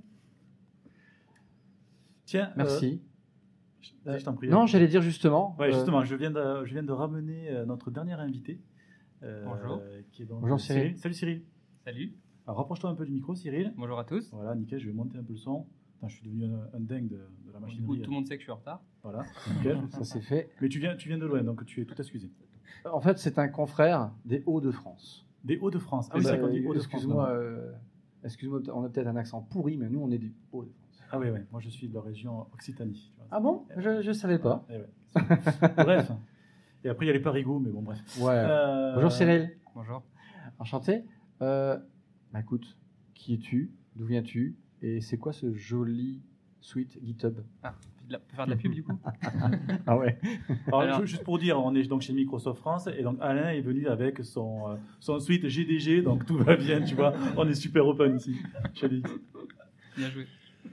Tiens, euh, Merci. je, je t'en prie. Non, j'allais dire justement. Ouais, euh, justement, je viens de, je viens de ramener euh, notre dernier invité. euh, Bonjour. Qui est donc Bonjour, Cyril. Salut Cyril. Salut, Alors rapproche-toi un peu du micro, Cyril. bonjour à tous. Voilà, nickel, je vais monter un peu le son. Putain, je suis devenu un, un dingue de, de la Du machinerie. coup, tout le monde sait que je suis en retard. Voilà, nickel. ça s'est fait. Mais tu viens, tu viens de loin, donc tu es tout excusé. En fait, c'est un confrère des Hauts-de-France. Des Hauts-de-France. Ah oui, Bah, c'est vrai qu'on dit Hauts-de-France. excuse-moi, maintenant. euh, excuse-moi, on a peut-être un accent pourri, mais nous, on est des Hauts-de-France. Ah oui, ouais. Moi je suis de la région Occitanie. tu vois. Ah bon? Je ne savais pas. Eh ouais. Bref. Et après, il y a les parigots, mais bon, bref. Ouais. Euh, Bonjour Cyril. Bonjour. Enchanté. Euh, bah écoute, qui es-tu? D'où viens-tu? Et c'est quoi ce joli suite GitHub? Ah, on peut faire de la pub du coup. Ah ouais. Alors, Alors- ju- juste pour dire, on est donc chez Microsoft France et donc Alain est venu avec son, euh, son suite G D G, donc tout va bien, tu vois. On est super open ici. Chez L X. Bien joué.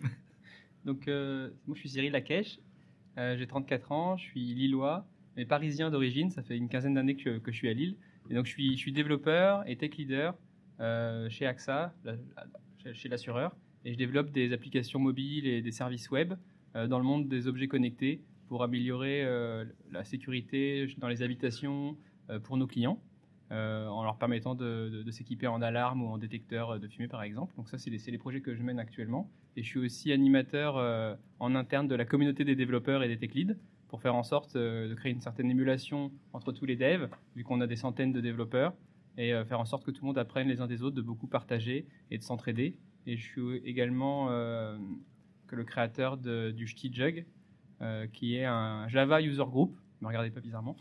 Donc, euh, moi je suis Cyril Lakesh, euh, j'ai trente-quatre ans, je suis lillois, mais parisien d'origine, ça fait une quinzaine d'années que, que je suis à Lille. Et donc je suis, je suis développeur et tech leader euh, chez A X A, la- la- chez l'assureur, et je développe des applications mobiles et des services web euh, dans le monde des objets connectés pour améliorer euh, la sécurité dans les habitations euh, pour nos clients. Euh, en leur permettant de, de- de s'équiper en alarme ou en détecteur de fumée par exemple. Donc ça, c'est les, c'est les projets que je mène actuellement. Et je suis aussi animateur euh, en interne de la communauté des développeurs et des tech leads pour faire en sorte euh, de créer une certaine émulation entre tous les devs, vu qu'on a des centaines de développeurs, et euh, faire en sorte que tout le monde apprenne les uns des autres, de beaucoup partager et de s'entraider. Et je suis également euh, que le créateur de, du Jtijug, euh, qui est un Java User Group, ne me regardez pas bizarrement,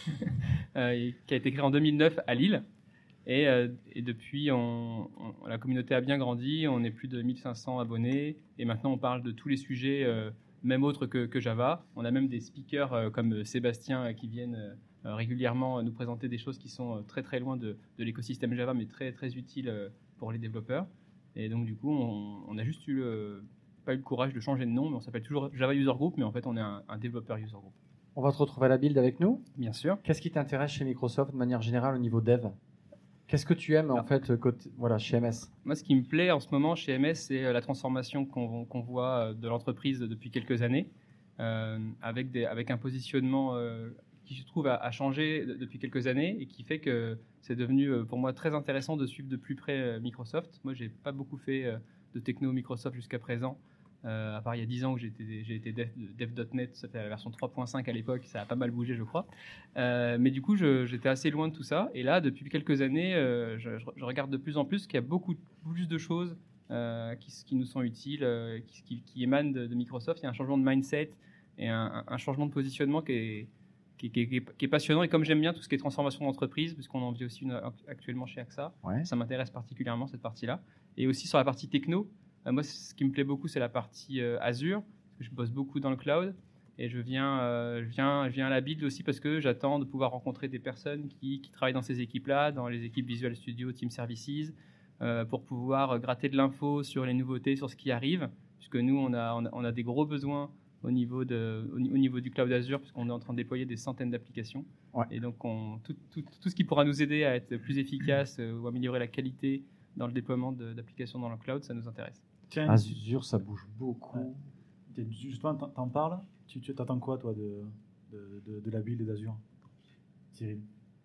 euh, et qui a été créé en deux mille neuf à Lille. Et, euh, et depuis, on, on- la communauté a bien grandi, on est plus de mille cinq cents abonnés, et maintenant on parle de tous les sujets, euh, même autres que, que Java. On a même des speakers euh, comme Sébastien euh, qui viennent euh, régulièrement nous présenter des choses qui sont euh, très très loin de, de l'écosystème Java, mais très très utiles euh, pour les développeurs. Et donc du coup, on, on a juste eu le, pas eu le courage de changer de nom, mais on s'appelle toujours Java User Group, mais en fait on est un, un développeur User Group. On va te retrouver à la build avec nous. Bien sûr. Qu'est-ce qui t'intéresse chez Microsoft de manière générale au niveau dev? Qu'est-ce que tu aimes en fait côté, voilà, chez M S? Moi, ce qui me plaît en ce moment chez M S, c'est euh, la transformation qu'on qu'on voit euh, de l'entreprise depuis quelques années, euh, avec, des, avec un positionnement euh, qui, je trouve, a, a changé de- depuis quelques années et qui fait que c'est devenu euh, pour moi très intéressant de suivre de plus près euh, Microsoft. Moi, j'ai pas beaucoup fait euh, de techno Microsoft jusqu'à présent, euh, à part il y a dix ans où j'ai été, j'ai été dev, dev point net, c'était la version trois point cinq à l'époque, ça a pas mal bougé, je crois. Euh, mais du coup, je- j'étais assez loin de tout ça. Et là, depuis quelques années, euh, je, je- je regarde de plus en plus qu'il y a beaucoup plus de choses euh, qui, s- qui nous sont utiles, euh, qui, qui- qui émanent de, de Microsoft. Il y a un changement de mindset et un, un changement de positionnement qui est, qui, est- qui est- qui est- qui est passionnant. Et comme j'aime bien tout ce qui est transformation d'entreprise, puisqu'on en vit aussi une actuellement chez A X A, Ouais. ça m'intéresse particulièrement cette partie-là. Et aussi sur la partie techno, euh, moi, ce qui me plaît beaucoup, c'est la partie euh, Azure, parce que je bosse beaucoup dans le cloud. Et je viens, euh, je, viens, je viens à la build aussi parce que j'attends de pouvoir rencontrer des personnes qui, qui travaillent dans ces équipes-là, dans les équipes Visual Studio, Team Services, euh, pour pouvoir gratter de l'info sur les nouveautés, sur ce qui arrive, puisque nous, on a, on a, on a des gros besoins au niveau, de, au, ni- au niveau du cloud Azure, puisqu'on est en train de déployer des centaines d'applications. Ouais. Et donc, on, tout, tout, tout ce qui pourra nous aider à être plus efficace euh, ou améliorer la qualité dans le déploiement de- d'applications dans le cloud, ça nous intéresse. Tiens, Azure, ça bouge beaucoup. Ouais. t'es- justement, t'en t'en parles. Tu tu t'attends quoi, toi, de, de, de, de la build d'Azure, Cyril?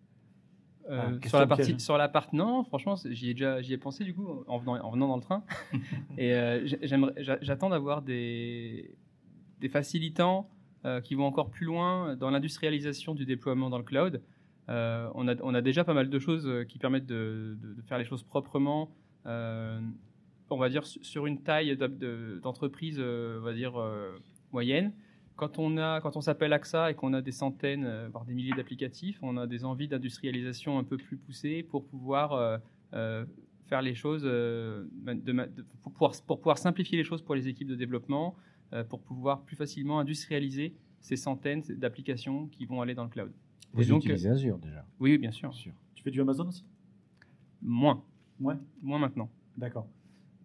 Euh, Ah, sur question la partie, piège. sur la partie, non, franchement, c'est- j'y ai déjà, j'y ai pensé du coup en venant, en venant dans le train. Et euh, j'ai- j'aimerais, j'a- j'attends d'avoir des, des facilitants euh, qui vont encore plus loin dans l'industrialisation du déploiement dans le cloud. Euh, on a, on a déjà pas mal de choses euh, qui permettent de, de- de faire les choses proprement. euh, on va dire su- sur une taille d'ab- de- d'entreprise, euh, on va dire euh, moyenne. Quand on, a, quand on s'appelle A X A et qu'on a des centaines, euh, voire des milliers d'applicatifs, on a des envies d'industrialisation un peu plus poussées pour pouvoir euh, euh, faire les choses, euh, de ma- de- pour, pouvoir, pour pouvoir simplifier les choses pour les équipes de développement, euh, pour pouvoir plus facilement industrialiser ces centaines d'applications qui vont aller dans le cloud. Vous Et donc, utilisez Azure déjà. Oui, oui, bien sûr. Sûr. Tu fais du Amazon aussi? Moins, Ouais, moins maintenant. d'accord.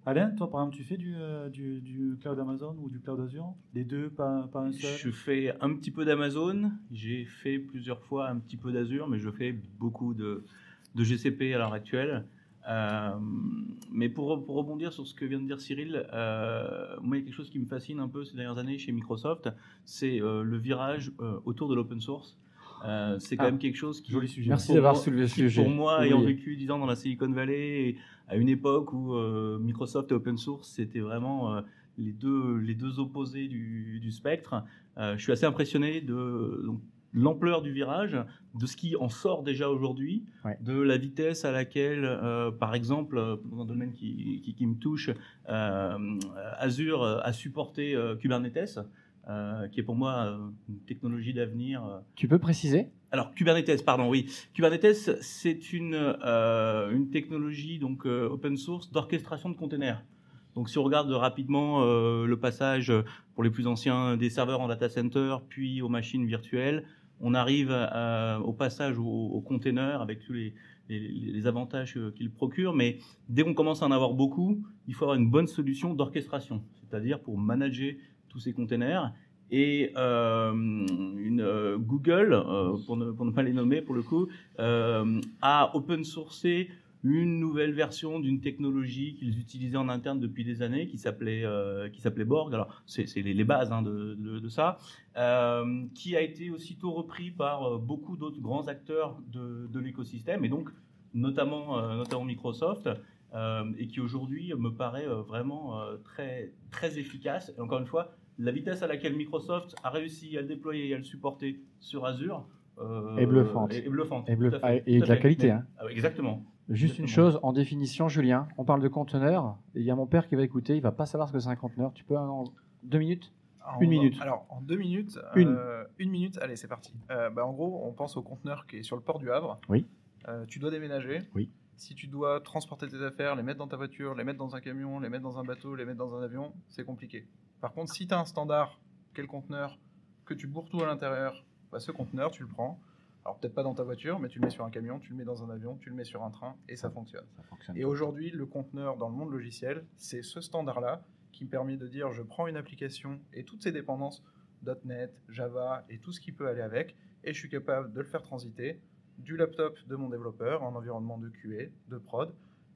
Alain, toi par exemple, tu fais du, euh, du, du cloud Amazon ou du cloud Azure? Les deux, pas, pas un seul? Je fais un petit peu d'Amazon, j'ai fait plusieurs fois un petit peu d'Azure, mais je fais beaucoup de, de G C P à l'heure actuelle. Euh, mais pour, pour rebondir sur ce que vient de dire Cyril, euh, moi il y a quelque chose qui me fascine un peu ces dernières années chez Microsoft, c'est euh, le virage euh, autour de l'open source. Euh, c'est quand Ah, même quelque chose qui... joli sujet. Merci pour d'avoir moi- soulevé ce qui, sujet. Pour moi, Oui. ayant vécu dix ans dans la Silicon Valley, et à une époque où euh, Microsoft et open source, c'était vraiment euh, les, deux, les deux opposés du, du spectre, euh, je suis assez impressionné de donc, l'ampleur du virage, de ce qui en sort déjà aujourd'hui, Ouais. de la vitesse à laquelle, euh, par exemple, euh, dans un domaine qui, qui, qui me touche, euh, Azure a supporté euh, Kubernetes, euh, qui est pour moi euh, une technologie d'avenir. euh, Tu peux préciser? alors, Kubernetes, pardon, oui. Kubernetes, c'est une, euh, une technologie donc, euh, open source d'orchestration de containers. Donc, si on regarde rapidement euh, le passage pour les plus anciens des serveurs en data center, puis aux machines virtuelles, on arrive à- au passage aux, aux containers avec tous les, les, les avantages euh, qu'ils procurent. Mais dès qu'on commence à en avoir beaucoup, il faut avoir une bonne solution d'orchestration, c'est-à-dire pour manager tous ces containers. Et euh, une, euh, Google, euh, pour, ne, pour ne pas les nommer pour le coup, euh, a open sourcé une nouvelle version d'une technologie qu'ils utilisaient en interne depuis des années, qui s'appelait euh, qui s'appelait Borg. Alors c'est, c'est les, les bases hein, de, de, de ça, euh, qui a été aussitôt repris par euh, beaucoup d'autres grands acteurs de, de l'écosystème, et donc notamment euh, notamment Microsoft. Euh, et qui aujourd'hui me paraît euh, vraiment euh, très, très efficace. Et encore une fois, la vitesse à laquelle Microsoft a réussi à le déployer et à le supporter sur Azure euh, Est bluffante. est, est bluffante. Et, bleu- tout à ah, fait, et tout de à la fait. qualité. Mais- Hein. ah oui, exactement. Juste une Exactement. chose, en définition, Julien, on parle de conteneurs, et il y a mon père qui va écouter, il va pas savoir ce que c'est un conteneur. Tu peux en deux minutes? En- Une minute. Alors, en deux minutes. Une. euh, une minute, allez, c'est parti. Euh, bah, en gros, on pense au conteneur qui est sur le port du Havre. Oui. Euh, tu dois déménager. Oui. Si tu dois transporter tes affaires, les mettre dans ta voiture, les mettre dans un camion, les mettre dans un bateau, les mettre dans un avion, c'est compliqué. Par contre, si tu as un standard, quel conteneur, que tu bourres tout à l'intérieur, bah, ce conteneur, tu le prends. Alors, peut-être pas dans ta voiture, mais tu le mets sur un camion, tu le mets dans un avion, tu le mets sur un train, et ça fonctionne. Ça fonctionne. Et aujourd'hui, le conteneur dans le monde logiciel, c'est ce standard-là qui me permet de dire je prends une application et toutes ses dépendances, .NET, Java et tout ce qui peut aller avec, et je suis capable de le faire transiter du laptop de mon développeur en environnement de Q A, de prod,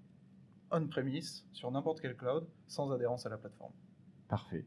on-premise, sur n'importe quel cloud, sans adhérence à la plateforme. Parfait.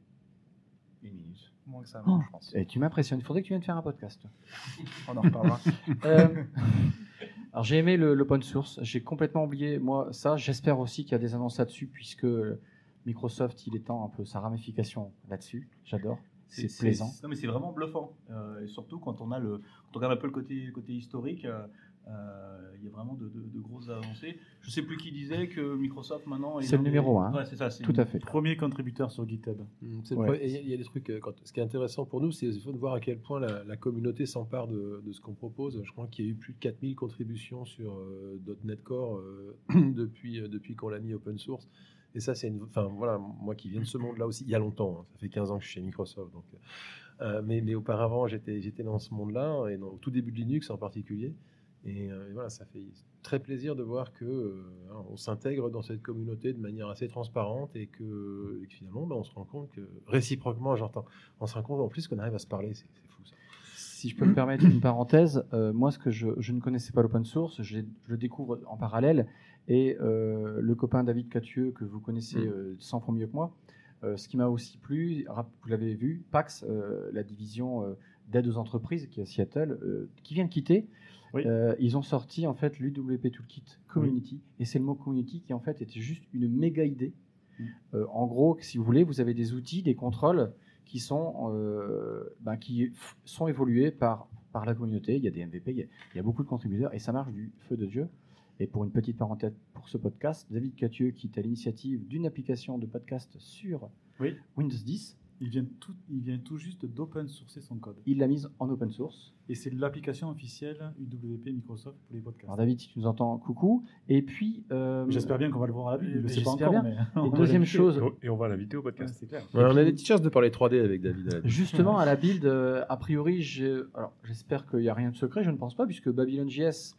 Une minute. Moins que ça, Oh, je pense. et tu m'impressionnes. Il faudrait que tu viennes faire un podcast. On en reparlera. Euh, alors j'ai aimé le- l'open source. J'ai complètement oublié moi ça. J'espère aussi qu'il y a des annonces là-dessus, puisque Microsoft il étend un peu sa ramification là-dessus. J'adore. C'est plaisant. Non, mais c'est vraiment bluffant. Euh, et surtout quand on a le, quand on regarde un peu le côté, côté historique, euh, euh, il y a vraiment de, de- de grosses avancées. Je sais plus qui disait que Microsoft maintenant. est C'est l'un le des- numéro un. Ouais, c'est ça. c'est Tout une- à fait. Premier contributeur sur GitHub. Mm, c'est le Ouais. pro- et il y a des trucs. euh, Quand, ce qui est intéressant pour nous, c'est il faut de voir à quel point la, la communauté s'empare de, de ce qu'on propose. Je crois qu'il y a eu plus de quatre mille contributions sur euh, .NET Core euh, depuis, euh, depuis qu'on l'a mis open source. Et ça, c'est une. Enfin, voilà, moi qui viens de ce monde-là aussi, il y a longtemps, hein, ça fait quinze ans que je suis chez Microsoft. Donc, euh, mais, mais auparavant, j'étais, j'étais dans ce monde-là, et dans, au tout début de Linux en particulier. Et, euh, et voilà, ça fait très plaisir de voir que euh, on s'intègre dans cette communauté de manière assez transparente et que, et que finalement, ben, on se rend compte que, réciproquement, j'entends, on se rend compte en plus qu'on arrive à se parler. C'est, c'est fou ça. Si je peux me permettre une parenthèse, euh, moi ce que je, je ne connaissais pas l'open source, je, l'ai- je le découvre en parallèle, et euh, le copain David Cathieux que vous connaissez Mm. euh, cent fois mieux que moi, euh, ce qui m'a aussi plu, rap- vous l'avez vu, Pax, euh, la division euh, d'aide aux entreprises qui est à Seattle, euh, qui vient de quitter. Oui. Euh, ils ont sorti en fait l'U W P Toolkit Community, et c'est le mot community qui en fait était juste une méga idée. Mm. Euh, en gros, si vous voulez, vous avez des outils, des contrôles qui sont, euh, ben, qui f- sont évolués par, par la communauté. Il y a des M V P, il y a, il y a beaucoup de contributeurs, et ça marche du feu de Dieu. Et pour une petite parenthèse pour ce podcast, David Cathieux, qui est à l'initiative d'une application de podcast sur Oui. Windows dix, Il vient tout, il vient tout juste d'open sourcer son code. il l'a mise en open source. Et c'est l'application officielle U W P Microsoft pour les podcasts. Alors David, si tu nous entends, coucou. Et puis, euh, J'espère bien qu'on va le voir à la ville. Il ne le sait pas J'espère encore. bien. Mais on et va deuxième l'inviter. chose, Et on va l'inviter au Ouais, podcast. c'est clair. Ouais, on a des petites chances de parler trois D avec David. à la- justement, à la build, euh, a priori, j'ai- alors, j'espère qu'il n'y a rien de secret, je ne pense pas, puisque Babylon J S,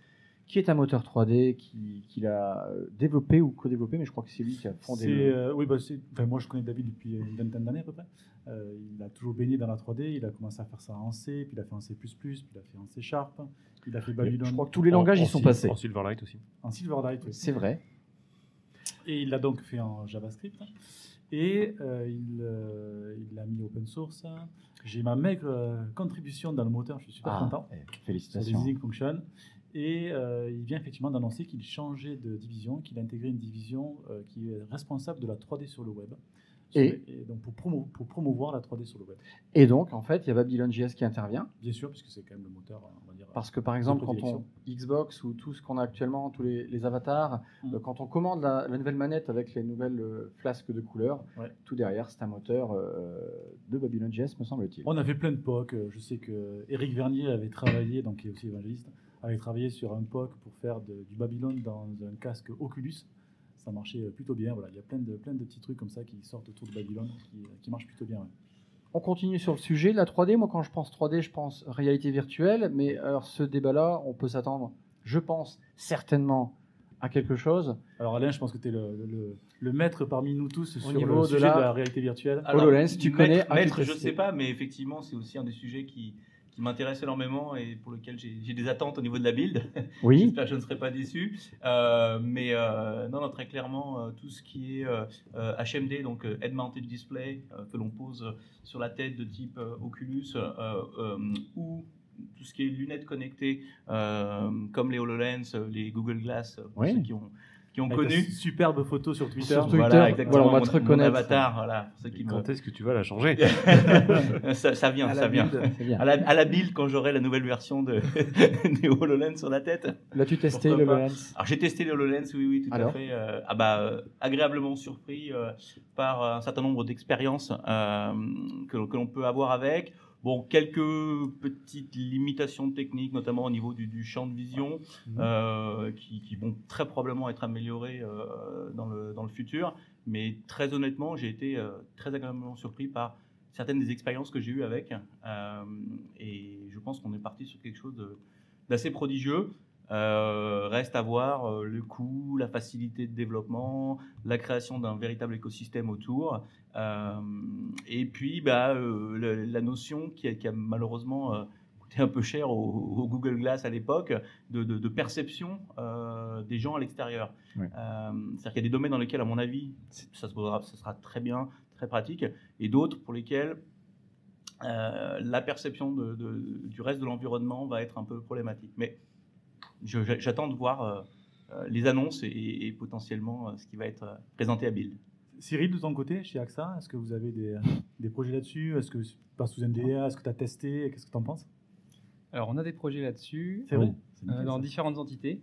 qui est un moteur trois D qui- qu'il a euh, développé ou co-développé, mais je crois que c'est lui qui a fondé. C'est, le- euh, oui, bah, c'est- enfin, moi je connais David depuis une vingtaine d'années à peu près. Euh, il a toujours baigné dans la trois D, il a commencé à faire ça en C, puis il a fait en C plus plus, puis il a fait en C Sharp, il a fait Babylon Je crois que tous les En- langages en y sont Sil- passés. En Silverlight aussi. en Silverlight. oui. C'est vrai. Et il l'a donc fait en JavaScript. Et euh, il euh, il l'a mis open source. J'ai ma maigre euh, contribution dans le moteur, je suis super Ah, content. eh, Sur les félicitations. Easy Function. Et euh, il vient effectivement d'annoncer qu'il changeait de division, qu'il a intégré une division euh, qui est responsable de la trois D sur le web. Et- et donc pour, promo- pour promouvoir la trois D sur le web. Et donc, en fait, il y a Babylon.js qui intervient. Bien sûr, puisque c'est quand même le moteur, on va dire. Parce que par exemple, de quand on prédilection. Xbox ou tout ce qu'on a actuellement, tous les, les avatars, Mm. euh, quand on commande la, la nouvelle manette avec les nouvelles euh, flasques de couleurs, Ouais. tout derrière, c'est un moteur euh, de Babylon.js, me semble-t-il. On a fait plein de P O C. Je sais que Eric Vernier avait travaillé, donc qui est aussi évangéliste, avait travaillé sur un P O C pour faire de- du Babylon dans un casque Oculus. Ça marchait plutôt bien. Voilà, il y a plein de, plein de petits trucs comme ça qui sortent autour de Babylon qui, qui marchent plutôt bien. ouais. On continue sur le sujet. La trois D, moi, quand je pense trois D, je pense réalité virtuelle. Mais alors, ce débat-là, on peut s'attendre, je pense, certainement à quelque chose. Alors Alain, je pense que tu es le, le- le maître parmi nous tous sur niveau le de sujet la- de la réalité virtuelle. Alors, HoloLens, tu maître- connais, as-tu Maître, je testé? sais pas, mais effectivement, c'est aussi un des sujets qui, qui m'intéresse énormément et pour lequel j'ai j'ai des attentes au niveau de la build. Oui. J'espère que je ne serai pas déçu. Euh, mais euh, non, non, très clairement, euh, tout ce qui est euh, euh, H M D, donc euh, Head Mounted Display, euh, que l'on pose euh, sur la tête de type euh, Oculus, euh, euh, ou tout ce qui est lunettes connectées, euh, comme les HoloLens, euh, les Google Glass, euh, pour Oui. ceux qui ont, qui ont Avec connu. ta superbe photo sur Twitter. Sur Twitter, Voilà, exactement, voilà, on va mon- te mon reconnaître. avatar, voilà, pour ceux qui me- Quand est-ce que tu vas la changer? ça, ça vient, À la ça vient. build. C'est bien. À la, à la build, quand j'aurai la nouvelle version de, des HoloLens sur la tête. L'as-tu testé, Pourquoi le pas. HoloLens? Alors j'ai testé les HoloLens, oui, oui, tout Alors à fait. Euh, ah bah, euh, agréablement surpris euh, par un certain nombre d'expériences euh, que, l'on- que l'on peut avoir avec. Bon, quelques petites limitations techniques, notamment au niveau du, du champ de vision, Mhm. euh, qui, qui vont très probablement être améliorées euh, dans, le, dans le futur. Mais très honnêtement, j'ai été euh, très agréablement surpris par certaines des expériences que j'ai eues avec. Euh, et je pense qu'on est parti sur quelque chose de- d'assez prodigieux. Euh, reste à voir euh, le coût, la facilité de développement, la création d'un véritable écosystème autour. Euh, et puis, bah, euh, le- la notion qui a, qui a malheureusement euh, coûté un peu cher au, au Google Glass à l'époque, de, de- de perception euh, des gens à l'extérieur. Oui. Euh, c'est-à-dire qu'il y a des domaines dans lesquels, à mon avis, c'est- ça, se posera- ça sera très bien, très pratique, et d'autres pour lesquels euh, la perception de- de- du reste de l'environnement va être un peu problématique. Mais je- j'a- j'attends de voir euh, euh, les annonces et, et potentiellement euh, ce qui va être euh, présenté à Build. Cyril, de ton côté, chez A X A, est-ce que vous avez des, des projets là-dessus? Est-ce que c'est pas sous N D A? Est-ce que tu as testé? Qu'est-ce que tu en penses? Alors, on a des projets là-dessus, C'est vrai. Oui. C'est euh, nickel, dans ça. différentes entités.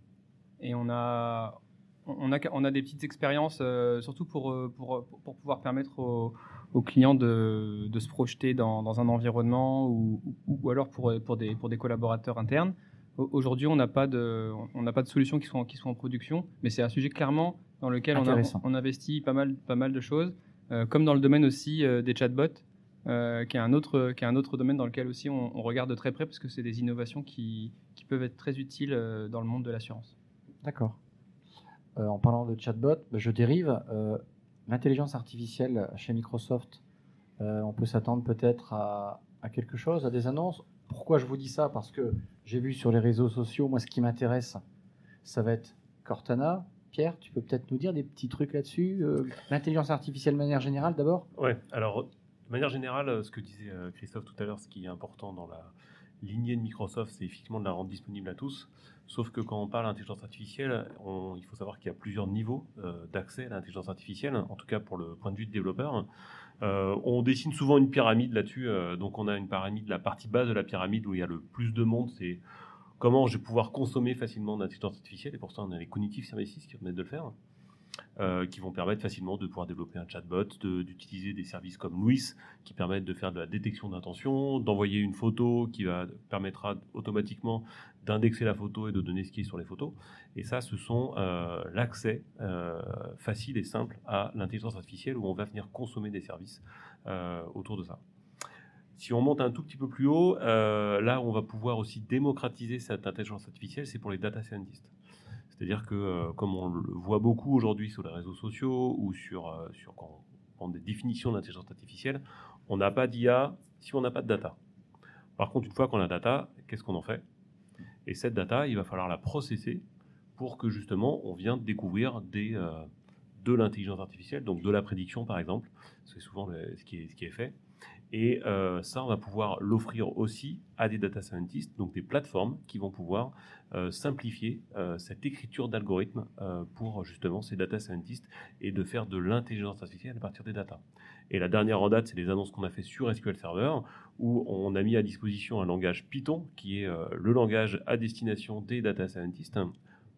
Et on a, on a, on a des petites expériences, euh, surtout pour, euh, pour, pour pouvoir permettre aux, aux clients de, de se projeter dans, dans un environnement ou, ou, ou alors pour, pour, des, pour des collaborateurs internes. Au- Aujourd'hui, on n'a pas de, on n'a pas de solutions qui sont, qui sont en production, mais c'est un sujet clairement dans lequel on, a, Intéressant. on investit pas mal, pas mal de choses, euh, comme dans le domaine aussi euh, des chatbots, euh, qui est un autre, qui est un autre domaine dans lequel aussi on, on regarde de très près parce que c'est des innovations qui, qui peuvent être très utiles euh, dans le monde de l'assurance. D'accord. Euh, en parlant de chatbot, bah, je dérive. euh, L'intelligence artificielle chez Microsoft, euh, on peut s'attendre peut-être à, à quelque chose, à des annonces. Pourquoi je vous dis ça? Parce que j'ai vu sur les réseaux sociaux, moi, ce qui m'intéresse, ça va être Cortana. Pierre, tu peux peut-être nous dire des petits trucs là-dessus? euh, L'intelligence artificielle de manière générale, d'abord? Ouais, alors, de manière générale, ce que disait euh, Christophe tout à l'heure, ce qui est important dans la lignée de Microsoft, c'est effectivement de la rendre disponible à tous. Sauf que quand on parle d'intelligence artificielle, on- il faut savoir qu'il y a plusieurs niveaux euh, d'accès à l'intelligence artificielle, en tout cas pour le point de vue de développeur. Euh, on dessine souvent une pyramide là-dessus. euh, donc, on a une pyramide, la partie basse de la pyramide où il y a le plus de monde, c'est comment je vais pouvoir consommer facilement d'intelligence artificielle. Et pour ça, on a les cognitive services qui permettent de le faire. Euh, qui vont permettre facilement de pouvoir développer un chatbot, de- d'utiliser des services comme Louis qui permettent de faire de la détection d'intention, d'envoyer une photo qui va, permettra automatiquement d'indexer la photo et de donner ce qui est sur les photos. Et ça, ce sont euh, l'accès euh, facile et simple à l'intelligence artificielle où on va venir consommer des services euh, autour de ça. Si on monte un tout petit peu plus haut, euh, là, on va pouvoir aussi démocratiser cette intelligence artificielle, c'est pour les data scientists. C'est-à-dire que, euh, comme on le voit beaucoup aujourd'hui sur les réseaux sociaux ou sur, euh, sur quand on prend des définitions d'intelligence artificielle, on n'a pas d'I A si on n'a pas de data. Par contre, une fois qu'on a data, qu'est-ce qu'on en fait? Et cette data, il va falloir la processer pour que justement, on vienne découvrir des, euh, de l'intelligence artificielle, donc de la prédiction par exemple, c'est souvent le, ce, qui est, ce qui est fait. Et euh, ça, on va pouvoir l'offrir aussi à des data scientists, donc des plateformes qui vont pouvoir euh, simplifier euh, cette écriture d'algorithmes euh, pour justement ces data scientists et de faire de l'intelligence artificielle à partir des data. Et la dernière en date, c'est les annonces qu'on a fait sur S Q L Server, où on a mis à disposition un langage Python, qui est euh, le langage à destination des data scientists, hein,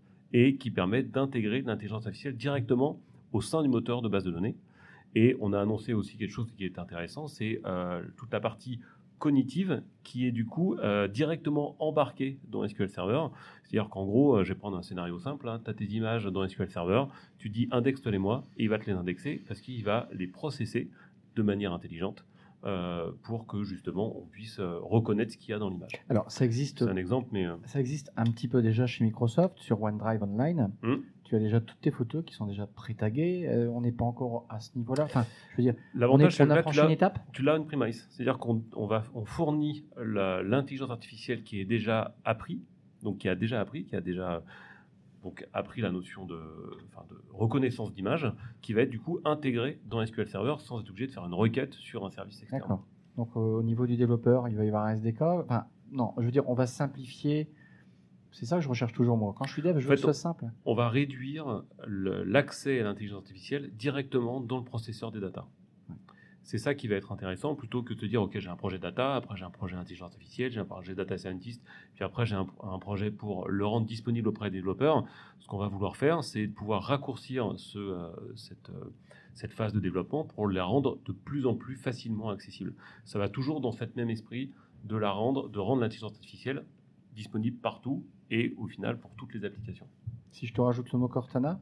et qui permet d'intégrer l'intelligence artificielle directement au sein du moteur de base de données. Et on a annoncé aussi quelque chose qui est intéressant, c'est euh, toute la partie cognitive qui est du coup euh, directement embarquée dans S Q L Server. C'est-à-dire qu'en gros, euh, je vais prendre un scénario simple, hein, tu as tes images dans S Q L Server, tu dis indexe-les-moi et il va te les indexer parce qu'il va les processer de manière intelligente euh, pour que justement on puisse euh, reconnaître ce qu'il y a dans l'image. Alors ça existe. C'est un exemple, mais euh... ça existe un petit peu déjà chez Microsoft sur OneDrive Online. Mmh. Tu as déjà toutes tes photos qui sont déjà pré-taguées. Euh, on n'est pas encore à ce niveau-là. Enfin, je veux dire, l'avantage, on, est, on c'est a que franchi là, une étape. Tu l'as une premise, c'est-à-dire qu'on on va, on fournit la, l'intelligence artificielle qui est déjà appris, donc qui a déjà appris, qui a déjà donc appris la notion de, enfin, de reconnaissance d'image, qui va être du coup intégrée dans S Q L Server sans être obligé de faire une requête sur un service externe. D'accord. Donc euh, au niveau du développeur, il va y avoir un S D K. Enfin, non, je veux dire, on va simplifier. C'est ça que je recherche toujours moi. Quand je suis dev, je veux en fait, que ce soit simple. On va réduire le, l'accès à l'intelligence artificielle directement dans le processeur des data. Ouais. C'est ça qui va être intéressant, plutôt que de te dire, ok, j'ai un projet data, après j'ai un projet d'intelligence artificielle, j'ai un projet data scientist, puis après j'ai un, un projet pour le rendre disponible auprès des développeurs. Ce qu'on va vouloir faire, c'est de pouvoir raccourcir ce, euh, cette, euh, cette phase de développement pour la rendre de plus en plus facilement accessible. Ça va toujours dans cet même esprit de la rendre, de rendre l'intelligence artificielle disponible partout et au final pour toutes les applications. Si je te rajoute le mot Cortana?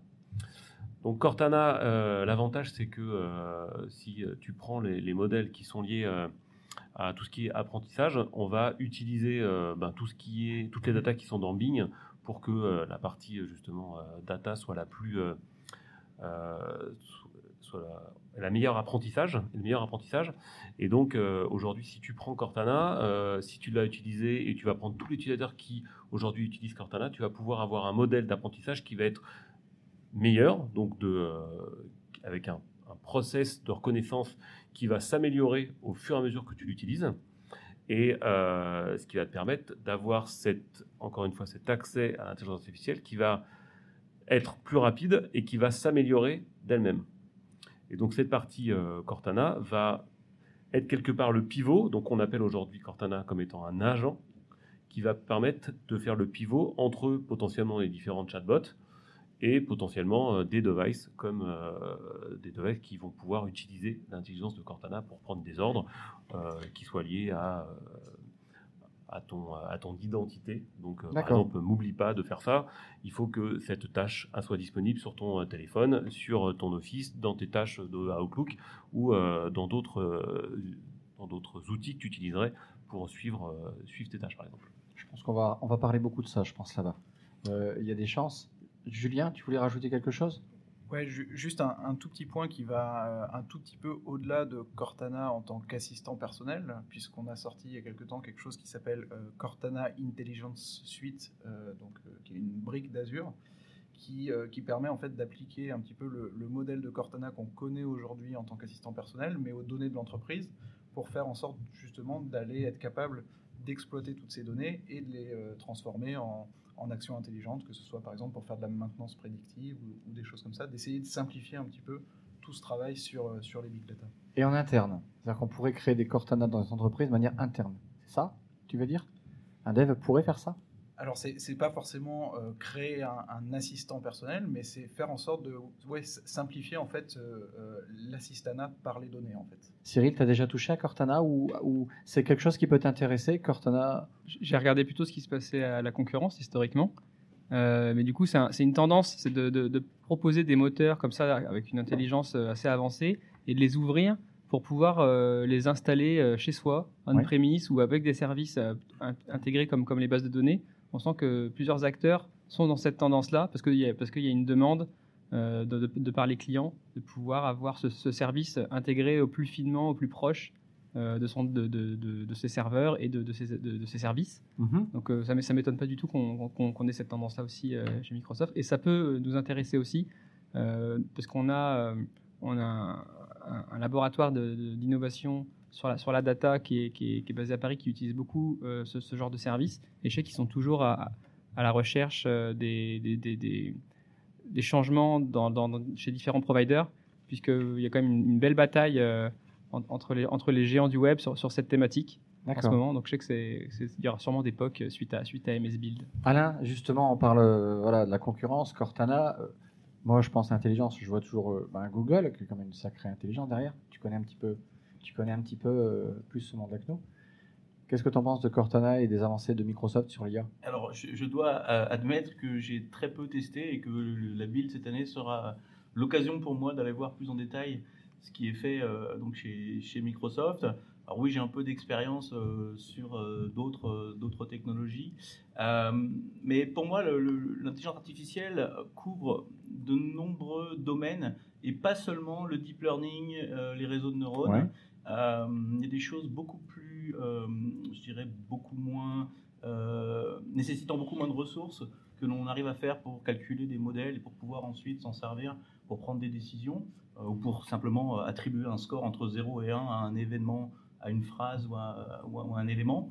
Donc Cortana, euh, l'avantage c'est que euh, si tu prends les, les modèles qui sont liés euh, à tout ce qui est apprentissage, on va utiliser euh, ben, tout ce qui est, toutes les datas qui sont dans Bing pour que euh, la partie justement euh, data soit la plus euh, euh, soit la, la meilleure apprentissage, le meilleur apprentissage. Et donc euh, aujourd'hui, si tu prends Cortana, euh, si tu l'as utilisé et tu vas prendre tous les utilisateurs qui aujourd'hui utilisent Cortana, tu vas pouvoir avoir un modèle d'apprentissage qui va être meilleur, donc de, euh, avec un, un process de reconnaissance qui va s'améliorer au fur et à mesure que tu l'utilises. Et euh, ce qui va te permettre d'avoir cette, encore une fois, cet accès à l'intelligence artificielle qui va être plus rapide et qui va s'améliorer d'elle-même. Et donc cette partie euh, Cortana va être quelque part le pivot, donc on appelle aujourd'hui Cortana comme étant un agent qui va permettre de faire le pivot entre potentiellement les différents chatbots et potentiellement euh, des devices comme euh, des devices qui vont pouvoir utiliser l'intelligence de Cortana pour prendre des ordres euh, qui soient liés à, euh, à, ton, à ton identité. Donc, euh, par exemple, m'oublie pas de faire ça. Il faut que cette tâche soit disponible sur ton téléphone, sur ton Office, dans tes tâches de Outlook ou euh, dans, d'autres, euh, dans d'autres outils que tu utiliserais pour suivre, euh, suivre tes tâches, par exemple. Je pense qu'on va, on va parler beaucoup de ça, je pense, là-bas. Euh, il y a des chances. Julien, tu voulais rajouter quelque chose ? Ouais, ju- juste un, un tout petit point qui va euh, un tout petit peu au-delà de Cortana en tant qu'assistant personnel, puisqu'on a sorti il y a quelque temps quelque chose qui s'appelle euh, Cortana Intelligence Suite, euh, donc, euh, qui est une brique d'Azure, qui, euh, qui permet en fait d'appliquer un petit peu le, le modèle de Cortana qu'on connaît aujourd'hui en tant qu'assistant personnel, mais aux données de l'entreprise, pour faire en sorte justement d'aller être capable d'exploiter toutes ces données et de les euh, transformer en en actions intelligentes, que ce soit par exemple pour faire de la maintenance prédictive ou, ou des choses comme ça, d'essayer de simplifier un petit peu tout ce travail sur, sur les big data. Et en interne, c'est-à-dire qu'on pourrait créer des Cortana dans les entreprises de manière interne. C'est ça, tu veux dire ? Un dev pourrait faire ça ? Alors, c'est, c'est pas forcément euh, créer un, un assistant personnel, mais c'est faire en sorte de ouais, simplifier en fait euh, euh, l'assistanat par les données en fait. Cyril, tu as déjà touché à Cortana ou, ou c'est quelque chose qui peut t'intéresser, Cortana ? J'ai regardé plutôt ce qui se passait à la concurrence historiquement, euh, mais du coup c'est, un, c'est une tendance, c'est de, de, de proposer des moteurs comme ça avec une intelligence assez avancée et de les ouvrir pour pouvoir euh, les installer euh, chez soi, on-premise, ouais. ou avec des services euh, in- intégrés comme, comme les bases de données. On sent que plusieurs acteurs sont dans cette tendance-là parce qu'il y a, parce qu'il y a une demande euh, de, de, de par les clients de pouvoir avoir ce, ce service intégré au plus finement, au plus proche euh, de, son, de, de, de, de ses serveurs et de, de, ses, de, de ses services. Mm-hmm. Donc euh, ça ne m'étonne pas du tout qu'on, qu'on, qu'on ait cette tendance-là aussi euh, chez Microsoft. Et ça peut nous intéresser aussi euh, parce qu'on a, euh, on a un, un, un laboratoire de, de, d'innovation sur la, sur la data qui est, qui, est, qui est basé à Paris, qui utilise beaucoup euh, ce, ce genre de services. Et je sais qu'ils sont toujours à, à la recherche euh, des, des, des, des, des changements dans, dans, dans, chez différents providers, puisqu'il y a quand même une, une belle bataille euh, en, entre, les, entre les géants du web sur, sur cette thématique. D'accord. En ce moment. Donc je sais que c'est, c'est, il y aura sûrement des P O C suite à, suite à M S Build. Alain, justement, on parle euh, voilà, de la concurrence, Cortana. Euh, moi, je pense à intelligence. Je vois toujours euh, ben, Google, qui est quand même une sacrée intelligence derrière. Tu connais un petit peu, tu connais un petit peu euh, plus ce monde-là que nous. Qu'est-ce que tu en penses de Cortana et des avancées de Microsoft sur l'I A ? Alors, je, je dois euh, admettre que j'ai très peu testé et que le, la build cette année sera l'occasion pour moi d'aller voir plus en détail ce qui est fait euh, donc chez, chez Microsoft. Alors oui, j'ai un peu d'expérience euh, sur euh, d'autres, euh, d'autres technologies, euh, mais pour moi, le, le, l'intelligence artificielle couvre de nombreux domaines et pas seulement le deep learning, euh, les réseaux de neurones. Ouais. Euh, il y a des choses beaucoup plus, euh, je dirais, beaucoup moins, euh, nécessitant beaucoup moins de ressources que l'on arrive à faire pour calculer des modèles et pour pouvoir ensuite s'en servir pour prendre des décisions euh, ou pour simplement attribuer un score entre zéro et un à un événement, à une phrase ou à, ou à, ou à un élément.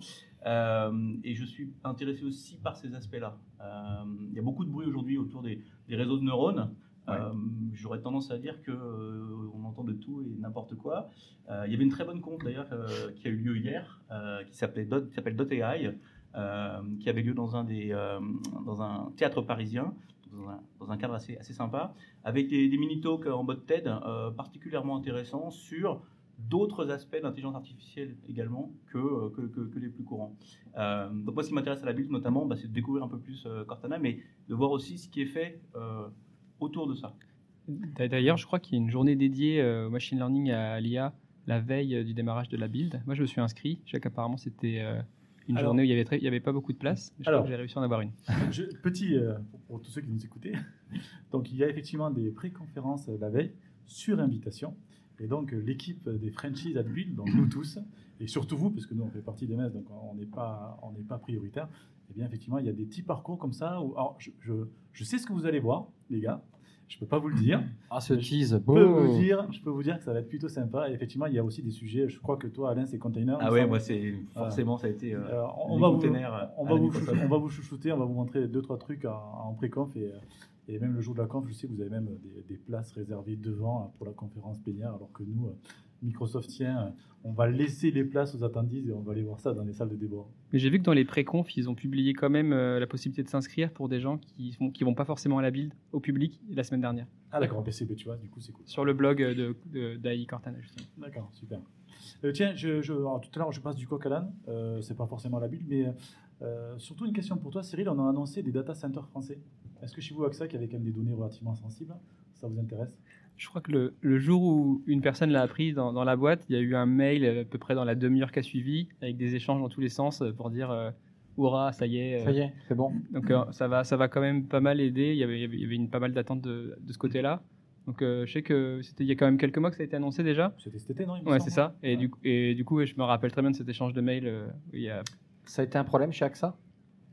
Euh, et je suis intéressé aussi par ces aspects-là. Euh, il y a beaucoup de bruit aujourd'hui autour des, des réseaux de neurones. Ouais. Euh, j'aurais tendance à dire qu'on euh, entend de tout et n'importe quoi. Euh, il y avait une très bonne conf d'ailleurs euh, qui a eu lieu hier, euh, qui, s'appelait Dot, qui s'appelle Dot A I, euh, qui avait lieu dans un, des, euh, dans un théâtre parisien, dans un, dans un cadre assez, assez sympa, avec des, des mini-talks en mode TED euh, particulièrement intéressants sur d'autres aspects d'intelligence artificielle également que, que, que, que les plus courants. Euh, donc moi, ce qui m'intéresse à la build notamment, bah, c'est de découvrir un peu plus euh, Cortana, mais de voir aussi ce qui est fait euh, autour de ça. D'ailleurs, je crois qu'il y a une journée dédiée euh, au machine learning à l'I A la veille euh, du démarrage de la build. Moi, je me suis inscrit. Je sais qu'apparemment, c'était euh, une alors, journée où il n'y avait, très, il y avait pas beaucoup de place. Je alors, crois que j'ai réussi à en avoir une. Je, petit, euh, pour, pour tous ceux qui nous écoutaient, donc il y a effectivement des pré-conférences la veille sur invitation. Et donc, l'équipe des Frenchies at Build, donc nous tous, et surtout vous, parce que nous, on fait partie des messes, donc on n'est pas, on n'est pas prioritaire, eh bien, effectivement, il y a des petits parcours comme ça. Où, alors, je, je, je sais ce que vous allez voir, les gars. Je ne peux pas vous le dire. Ah, ce tease. Je peux, vous dire, je peux vous dire que ça va être plutôt sympa. Et effectivement, il y a aussi des sujets. Je crois que toi, Alain, c'est container. Ah ouais, moi, c'est forcément, ça a été euh, euh, on, va vous, on, va vous chouchouter, on va vous chouchouter, on va vous montrer deux, trois trucs en, en pré-conf. Et, et même le jour de la conf, je sais que vous avez même des, des places réservées devant pour la conférence plénière, alors que nous, Microsoftien, on va laisser les places aux attendees et on va aller voir ça dans les salles de débat. Mais j'ai vu que dans les pré-confs, ils ont publié quand même euh, la possibilité de s'inscrire pour des gens qui ne qui vont pas forcément à la build au public la semaine dernière. Ah d'accord, P C B, tu vois, du coup c'est cool. Sur le blog de, de, d'A I Cortana, justement. D'accord, super. Euh, tiens, je, je, alors, tout à l'heure je passe du coq à l'âne, euh, c'est pas forcément la build, mais euh, surtout une question pour toi, Cyril, on a annoncé des data centers français. Est-ce que chez vous, AXA, qui avait quand même des données relativement sensibles, ça vous intéresse ? Je crois que le, le jour où une personne l'a appris dans, dans la boîte, il y a eu un mail à peu près dans la demi-heure qui a suivi, avec des échanges dans tous les sens pour dire euh, « Hurrah, ça y est ». Ça y est, c'est bon. Donc euh, ça, va, ça va quand même pas mal aider. Il y avait, il y avait une, pas mal d'attentes de, de ce côté-là. Donc euh, je sais que c'était il y a quand même quelques mois que ça a été annoncé déjà. C'était cet été, non ? Ouais, c'est ça. Et, ouais. du, et du coup, je me rappelle très bien de cet échange de mails. Euh, il y a... Ça a été un problème chez AXA auparavant ?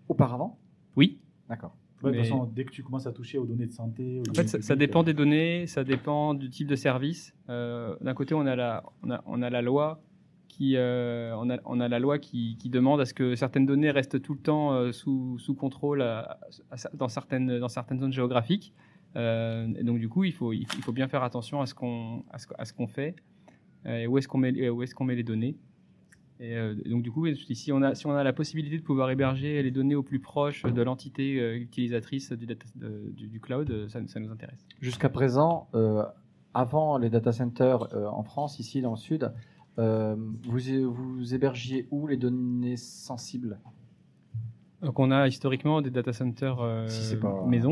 Oui. D'accord. Ouais, mais... De toute façon, dès que tu commences à toucher aux données de santé... En fait, ça, ça dépend des données, ça dépend du type de service. Euh, d'un côté, on a la, on a, on a la loi, qui, euh, on a, on a la loi qui, qui demande à ce que certaines données restent tout le temps euh, sous, sous contrôle à, à, dans, certaines, dans certaines zones géographiques. Euh, et donc, du coup, il faut, il faut bien faire attention à ce qu'on, à ce, à ce qu'on fait euh, et où est-ce qu'on met, où est-ce qu'on met les données. Et euh, donc du coup, si on, a, si on a la possibilité de pouvoir héberger les données au plus proche de l'entité euh, utilisatrice du, data, de, du, du cloud, ça, ça nous intéresse. Jusqu'à présent, euh, avant les data centers euh, en France, ici dans le sud, euh, vous, vous hébergiez où les données sensibles ? Donc on a historiquement des data centers euh, si c'est pas... maison.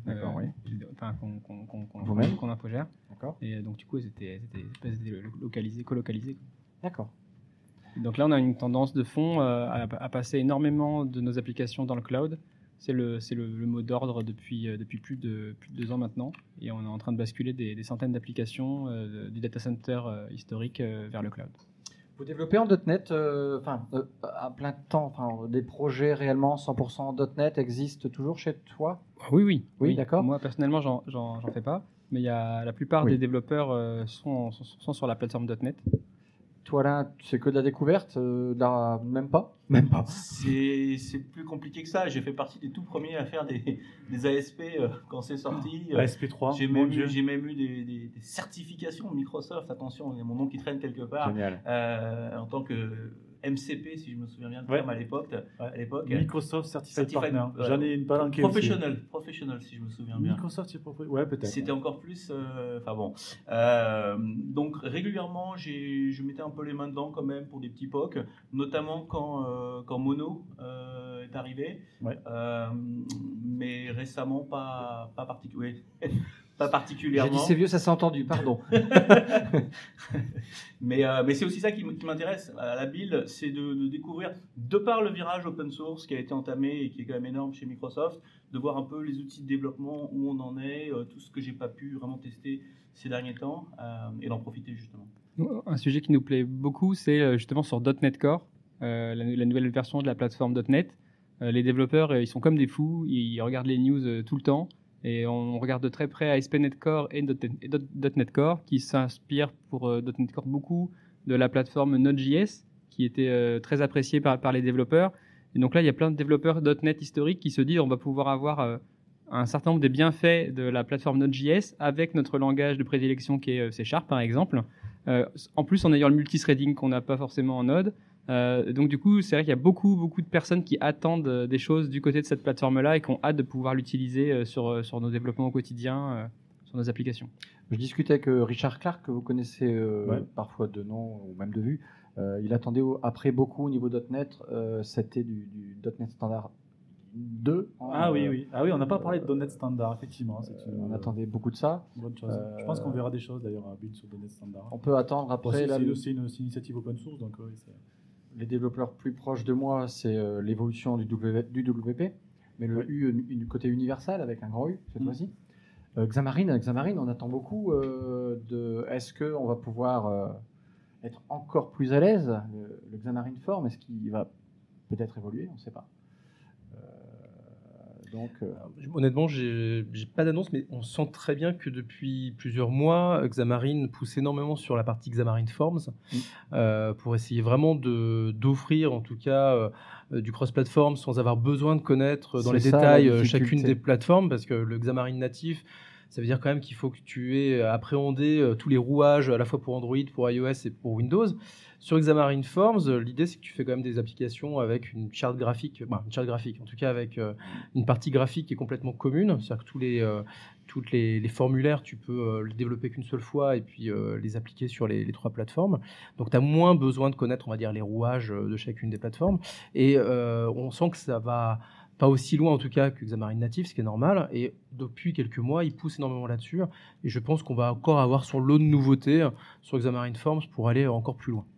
D'accord, oui. Enfin, qu'on qu'on- qu'on- qu'on- Vous-même qu'on infogère. D'accord. Et donc, du coup, c'était localisé, colocalisé. D'accord. Donc là, on a une tendance de fond euh, à, à passer énormément de nos applications dans le cloud. C'est le, c'est le, le mot d'ordre depuis, euh, depuis plus, de, plus de deux ans maintenant. Et on est en train de basculer des, des centaines d'applications euh, du data center euh, historique euh, vers le cloud. Vous développez en .NET, euh, enfin, euh, à plein temps, enfin, des projets réellement cent pour cent .NET existent toujours chez toi? Oui, oui. Oui, d'accord. Moi, personnellement, j'en, j'en, j'en fais pas. Mais il y a, la plupart Oui. des développeurs euh, sont, sont, sont sur la plateforme .NET. Toi là, c'est que de la découverte, euh, de la- même pas, même pas. C'est c'est plus compliqué que ça. J'ai fait partie des tout premiers à faire des, des A S P euh, quand c'est sorti. Euh, A S P trois, J'ai mon même, Dieu. eu- j'ai même eu des, des- des certifications Microsoft. Attention, il y a mon nom qui traîne quelque part. Génial. Euh, en tant que M C P, si je me souviens bien de Ouais. terme à l'époque. À l'époque. Microsoft Certified, Certified, Partner. euh, J'en ai une palanquée aussi. Professional, professional, si je me souviens bien. Microsoft, c'est propre- ouais, peut-être. C'était encore plus. euh, Enfin bon. Euh, donc régulièrement, j'ai- je mettais un peu les mains dedans quand même pour des petits P O C, notamment quand, euh, quand Mono euh, est arrivé. Ouais. Euh, mais récemment, pas, pas, particu- oui. pas J'ai particulièrement. dit c'est vieux, ça s'est entendu, pardon. mais euh, mais c'est aussi ça qui m- qui m'intéresse à la build, c'est de, de découvrir, de par le virage open source qui a été entamé et qui est quand même énorme chez Microsoft, de voir un peu les outils de développement, où on en est, euh, tout ce que j'ai pas pu vraiment tester ces derniers temps, euh, et d'en profiter justement. Un sujet qui nous plaît beaucoup, c'est euh, justement sur .NET Core, euh, la, la nouvelle version de la plateforme .NET. Euh, les développeurs, euh, ils sont comme des fous, ils regardent les news euh, tout le temps. Et on regarde de très près A S P point net Core et .NET .NET Core, qui s'inspirent pour euh, .NET Core beaucoup de la plateforme Node.js, qui était euh, très appréciée par, par les développeurs. Et donc là, il y a plein de développeurs .NET historiques qui se disent on va pouvoir avoir euh, un certain nombre des bienfaits de la plateforme Node.js avec notre langage de prédilection qui est euh, C Sharp, par exemple. Euh, en plus, en ayant le multithreading qu'on n'a pas forcément en Node. Euh, donc du coup, c'est vrai qu'il y a beaucoup, beaucoup de personnes qui attendent euh, des choses du côté de cette plateforme-là et qui ont hâte de pouvoir l'utiliser euh, sur, euh, sur nos développements au quotidien, euh, sur nos applications. Je discutais avec euh, Richard Clark, que vous connaissez euh, Ouais. parfois de nom ou même de vue. Euh, il attendait au- après beaucoup au niveau .NET, euh, c'était du, du .NET Standard deux. hein, Ah oui, euh, oui. Ah oui, on n'a pas parlé de .NET Standard, effectivement. C'est une On attendait beaucoup de ça. bonne chose. Euh, Je pense qu'on verra des choses d'ailleurs à build sur .NET Standard. On peut attendre Bon, après c'est là, c'est le- une, c'est une- c'est une initiative open source, donc oui, c'est- les développeurs plus proches de moi, c'est euh, l'évolution du, W- du W P, mais le Ouais. U, du côté universel avec un grand U cette Mm. fois-ci. Euh, Xamarin, Xamarin, on attend beaucoup euh, de. Est-ce que on va pouvoir euh, être encore plus à l'aise? Le, le Xamarin Form, est-ce qu'il va peut-être évoluer? On ne sait pas. Euh, donc, euh, Honnêtement, j'ai j'ai pas d'annonce, mais on sent très bien que depuis plusieurs mois, Xamarin pousse énormément sur la partie Xamarin Forms Mm. euh, pour essayer vraiment de d'offrir, en tout cas, euh, du cross-platform sans avoir besoin de connaître dans C'est les ça, détails la euh, chacune difficulté. des plateformes, parce que le Xamarin natif, ça veut dire quand même qu'il faut que tu aies appréhendé euh, tous les rouages à la fois pour Android, pour iOS et pour Windows. Sur Xamarin Forms, euh, l'idée c'est que tu fais quand même des applications avec une charte graphique, bah, une charte graphique, en tout cas avec euh, une partie graphique qui est complètement commune, c'est-à-dire que tous les, euh, toutes les, les formulaires, tu peux euh, les développer qu'une seule fois et puis euh, les appliquer sur les, les trois plateformes. Donc tu as moins besoin de connaître, on va dire, les rouages euh, de chacune des plateformes. Et euh, on sent que ça va pas aussi loin en tout cas que Xamarin Native, ce qui est normal. Et depuis quelques mois, ils poussent énormément là-dessus. Et je pense qu'on va encore avoir son lot de nouveautés sur Xamarin Forms pour aller encore plus loin.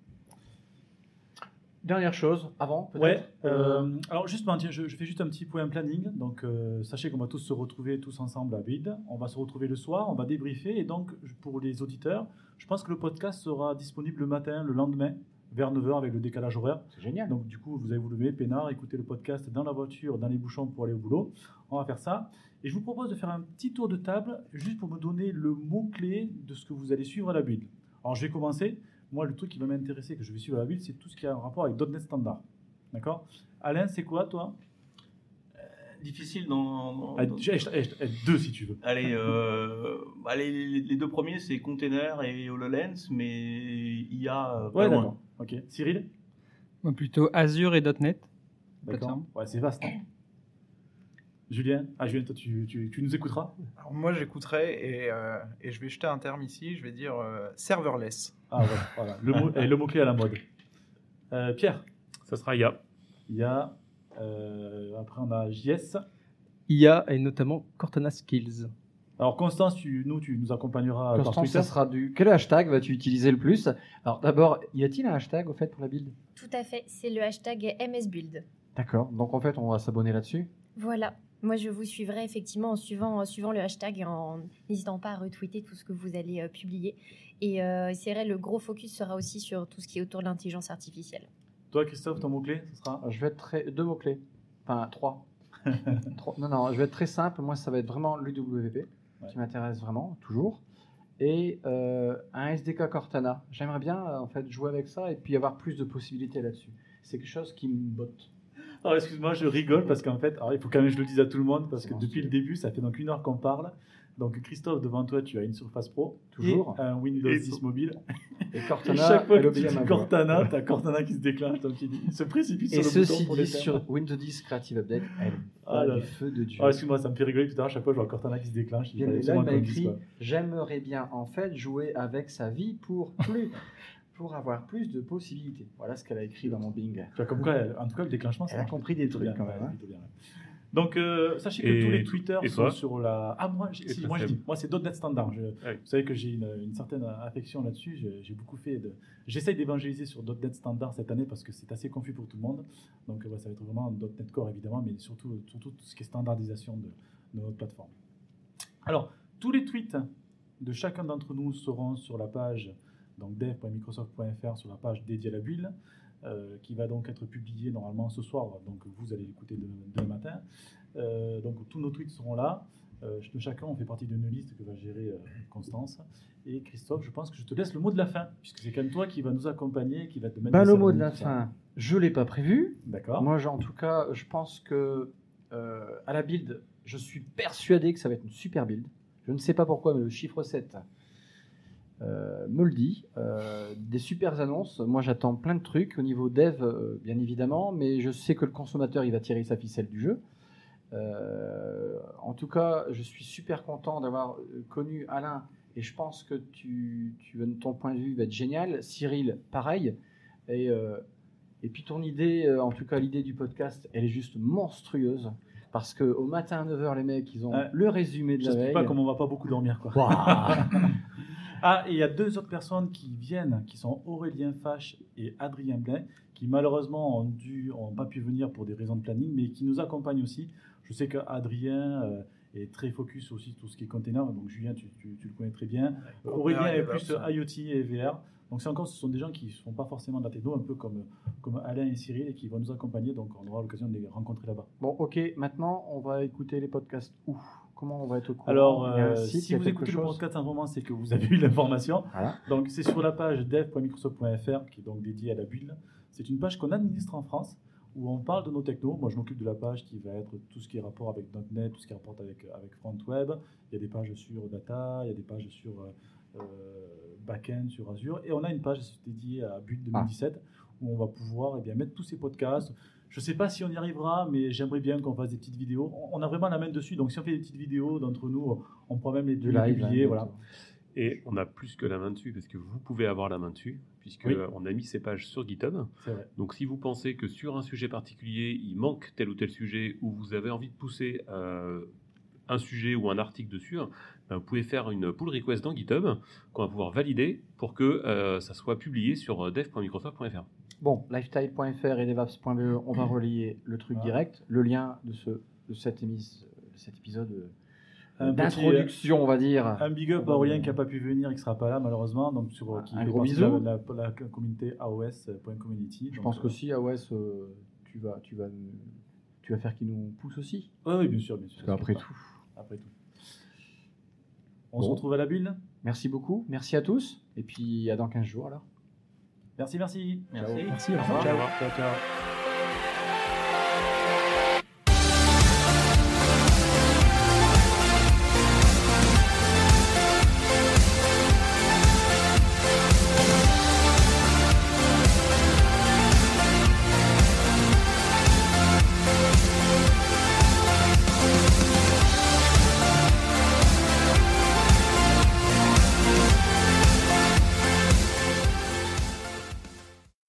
dernière chose, avant peut-être. Ouais. euh, alors justement, tiens, je, je fais juste un petit point planning. Donc euh, sachez qu'on va tous se retrouver tous ensemble à Build. On va se retrouver le soir, on va débriefer. Et donc je- pour les auditeurs, je pense que le podcast sera disponible le matin, le lendemain, vers neuf heures avec le décalage horaire. C'est génial. Donc du coup, vous allez vous lever, peinard, écouter le podcast dans la voiture, dans les bouchons pour aller au boulot. On va faire ça. Et je vous propose de faire un petit tour de table juste pour me donner le mot-clé de ce que vous allez suivre à la build. Alors je vais commencer. Moi, le truc qui va m'intéresser, que je vais suivre à la build, c'est tout ce qui a un rapport avec .NET Standard. D'accord? Alain, c'est quoi toi? Difficile dans. dans- Ah, dans- j'ai- j'ai- j'ai- Deux si tu veux. Allez, euh, allez, les, les deux premiers, c'est Container et HoloLens, mais il y a. euh, pas Ouais, loin. d'accord. Ok. Cyril? Moi, plutôt Azure et .NET. D'accord. Plateforme. Ouais, c'est vaste. hein. Julien? Ah, Julien, toi, tu, tu, tu nous écouteras? Alors moi, j'écouterai et, euh, et je vais jeter un terme ici. Je vais dire euh, serverless. Ah, ouais, voilà. Le mot, et le mot-clé à la mode. Euh, Pierre? Ça sera I A. Il y a. euh, après, on a J S. I A et notamment Cortana Skills. Alors Constance, tu, nous, tu nous accompagneras par Constance, Twitter. ça sera du. Quel hashtag vas-tu utiliser le plus? Alors d'abord, y a-t-il un hashtag au fait pour la build? Tout à fait, c'est le hashtag M S Build. D'accord. Donc en fait, on va s'abonner là-dessus. Voilà. Moi, je vous suivrai effectivement en suivant, en suivant le hashtag et en n'hésitant pas à retweeter tout ce que vous allez euh, publier. Et euh, c'est vrai, le gros focus sera aussi sur tout ce qui est autour de l'intelligence artificielle. Toi, Christophe, ton mot-clé, ce sera Je vais être très deux mots clés. Enfin trois. Trois. Non non, je vais être très simple. Moi, ça va être vraiment l'U W P Ouais. qui m'intéresse vraiment toujours. Et euh, un S D K Cortana. J'aimerais bien euh, en fait jouer avec ça et puis avoir plus de possibilités là-dessus. C'est quelque chose qui me botte. Alors, excuse-moi, je rigole parce qu'en fait, alors, il faut quand même que je le dise à tout le monde parce que Bon, depuis c'est- le début, ça fait donc une heure qu'on parle. Donc, Christophe, devant toi, tu as une Surface Pro, Toujours. et un Windows Et dix son- mobile. Et Et Cortana, chaque fois elle que obéit tu à dis ma voix. Cortana, t'as Cortana qui se déclenche, donc il, il se précipite Et sur le ceci bouton pour dit, l'éteindre. sur Windows dix Creative Update, elle Ah a là du là. feu de Dieu. Ah, excuse-moi, ça me fait rigoler tout à l'heure, chaque fois je vois Cortana qui se déclenche. Et là, fallait il sûrement m'a qu'on le dise, écrit quoi. j'aimerais bien en fait jouer avec sa vie pour plus, pour avoir plus de possibilités. Voilà ce qu'elle a écrit dans mon Bing. Tu vois, comme quoi, elle- en tout cas, le déclenchement, ça Elle a marche compris des plutôt trucs bien, quand même, ouais, hein. plutôt bien, ouais. Donc, euh, sachez que Et- tous les Twitter et sont toi sur la. Ah, moi, j'ai- Et si, toi, moi je Seb dis, moi c'est .NET Standard. Je- Ah oui. Vous savez que j'ai une, une certaine affection là-dessus. J'ai j'ai beaucoup fait de. J'essaye d'évangéliser sur .NET Standard cette année parce que c'est assez confus pour tout le monde. Donc, euh, ouais, ça va être vraiment .NET Core évidemment, mais surtout, surtout tout ce qui est standardisation de, de notre plateforme. Alors, tous les tweets de chacun d'entre nous seront sur la page donc dev point microsoft point f r, sur la page dédiée à la build, euh, qui va donc être publiée normalement ce soir. Donc, vous allez l'écouter de- demain matin. Euh, donc tous nos tweets seront là. Euh, de chacun, on fait partie d'une liste que va gérer euh, Constance. Et Christophe, je pense que je te laisse le mot de la fin, puisque c'est quand même toi qui va nous accompagner, qui va te mettre Bah, des le mot de cérémonies, la tout ça. fin, je l'ai pas prévu. D'accord. Moi, j'ai- en tout cas, je pense que euh, à la build, je suis persuadé que ça va être une super build. Je ne sais pas pourquoi, mais le chiffre sept euh, me le dit. Euh, des super annonces. Moi, j'attends plein de trucs au niveau dev, euh, bien évidemment, mais je sais que le consommateur, il va tirer sa ficelle du jeu. Euh, en tout cas, je suis super content d'avoir euh, connu Alain et je pense que tu, tu, ton point de vue va être génial. Cyril, pareil. Et, euh, et puis ton idée, euh, en tout cas l'idée du podcast, elle est juste monstrueuse. Parce qu'au matin à neuf heures, les mecs, ils ont Ouais. le résumé de Je la sais veille. pas comment on va pas beaucoup dormir, quoi. Waouh. Ah, et il y a deux autres personnes qui viennent, qui sont Aurélien Fache et Adrien Blain, qui malheureusement ont dû, ont pas pu venir pour des raisons de planning, mais qui nous accompagnent aussi. Je sais qu'Adrien euh, est très focus aussi sur tout ce qui est container, donc Julien, tu, tu- tu le connais très bien. Aurélien est plus IoT et V R. Donc c'est encore, ce sont des gens qui ne font pas forcément de la techno, un peu comme, comme Alain et Cyril, et qui vont nous accompagner, donc on aura l'occasion de les rencontrer là-bas. Bon, ok, maintenant on va écouter les podcasts où? Comment on va être au courant? Alors, Il y a un euh, site, il si y a vous quelque écoutez le chose podcast en ce moment, c'est que vous avez eu l'information. Voilà. Donc, c'est sur la page dev point microsoft point f r, qui est donc dédiée à la build. C'est une page qu'on administre en France, où on parle de nos technos. Moi, je m'occupe de la page qui va être tout ce qui est rapport avec .NET, tout ce qui est rapport avec, avec Front Web. Il y a des pages sur Data, il y a des pages sur euh, Backend, sur Azure. Et on a une page dédiée à Build deux mille dix-sept, où on va pouvoir eh bien, mettre tous ces podcasts. Je ne sais pas si on y arrivera, mais j'aimerais bien qu'on fasse des petites vidéos. On on a vraiment la main dessus, donc si on fait des petites vidéos d'entre nous, on pourra même les, Du les live, publier. hein, Voilà. Et on a plus que la main dessus, parce que vous pouvez avoir la main dessus, puisque Oui. on a mis ces pages sur GitHub. C'est vrai. Donc si vous pensez que sur un sujet particulier, il manque tel ou tel sujet, ou vous avez envie de pousser euh, un sujet ou un article dessus, ben, vous pouvez faire une pull request dans GitHub qu'on va pouvoir valider pour que euh, ça soit publié sur dev point microsoft point f r. Bon, lifestyle point f r et devaps point b e, on va relier le truc Ah. direct, le lien de, ce, de cet, émis, de cet épisode euh, Un petit- d'introduction, on va dire. Un big up à Aurélien qui n'a pas pu venir, qui ne sera pas là malheureusement. Donc sur, qui Un fait gros partie bisou. de la, la, la communauté A O S point community. Je Donc, pense euh, qu'aussi, A O S, euh, tu, vas, tu, vas, tu vas faire qu'il nous pousse aussi. Oui, oui, bien sûr. Bien sûr Parce qu'après bien sûr. tout. Après tout. On se Bon. retrouve à la bulle. Merci beaucoup, merci à tous, et puis à dans quinze jours alors. Merci, merci. Merci. Merci, au Au revoir. revoir. Ciao, ciao.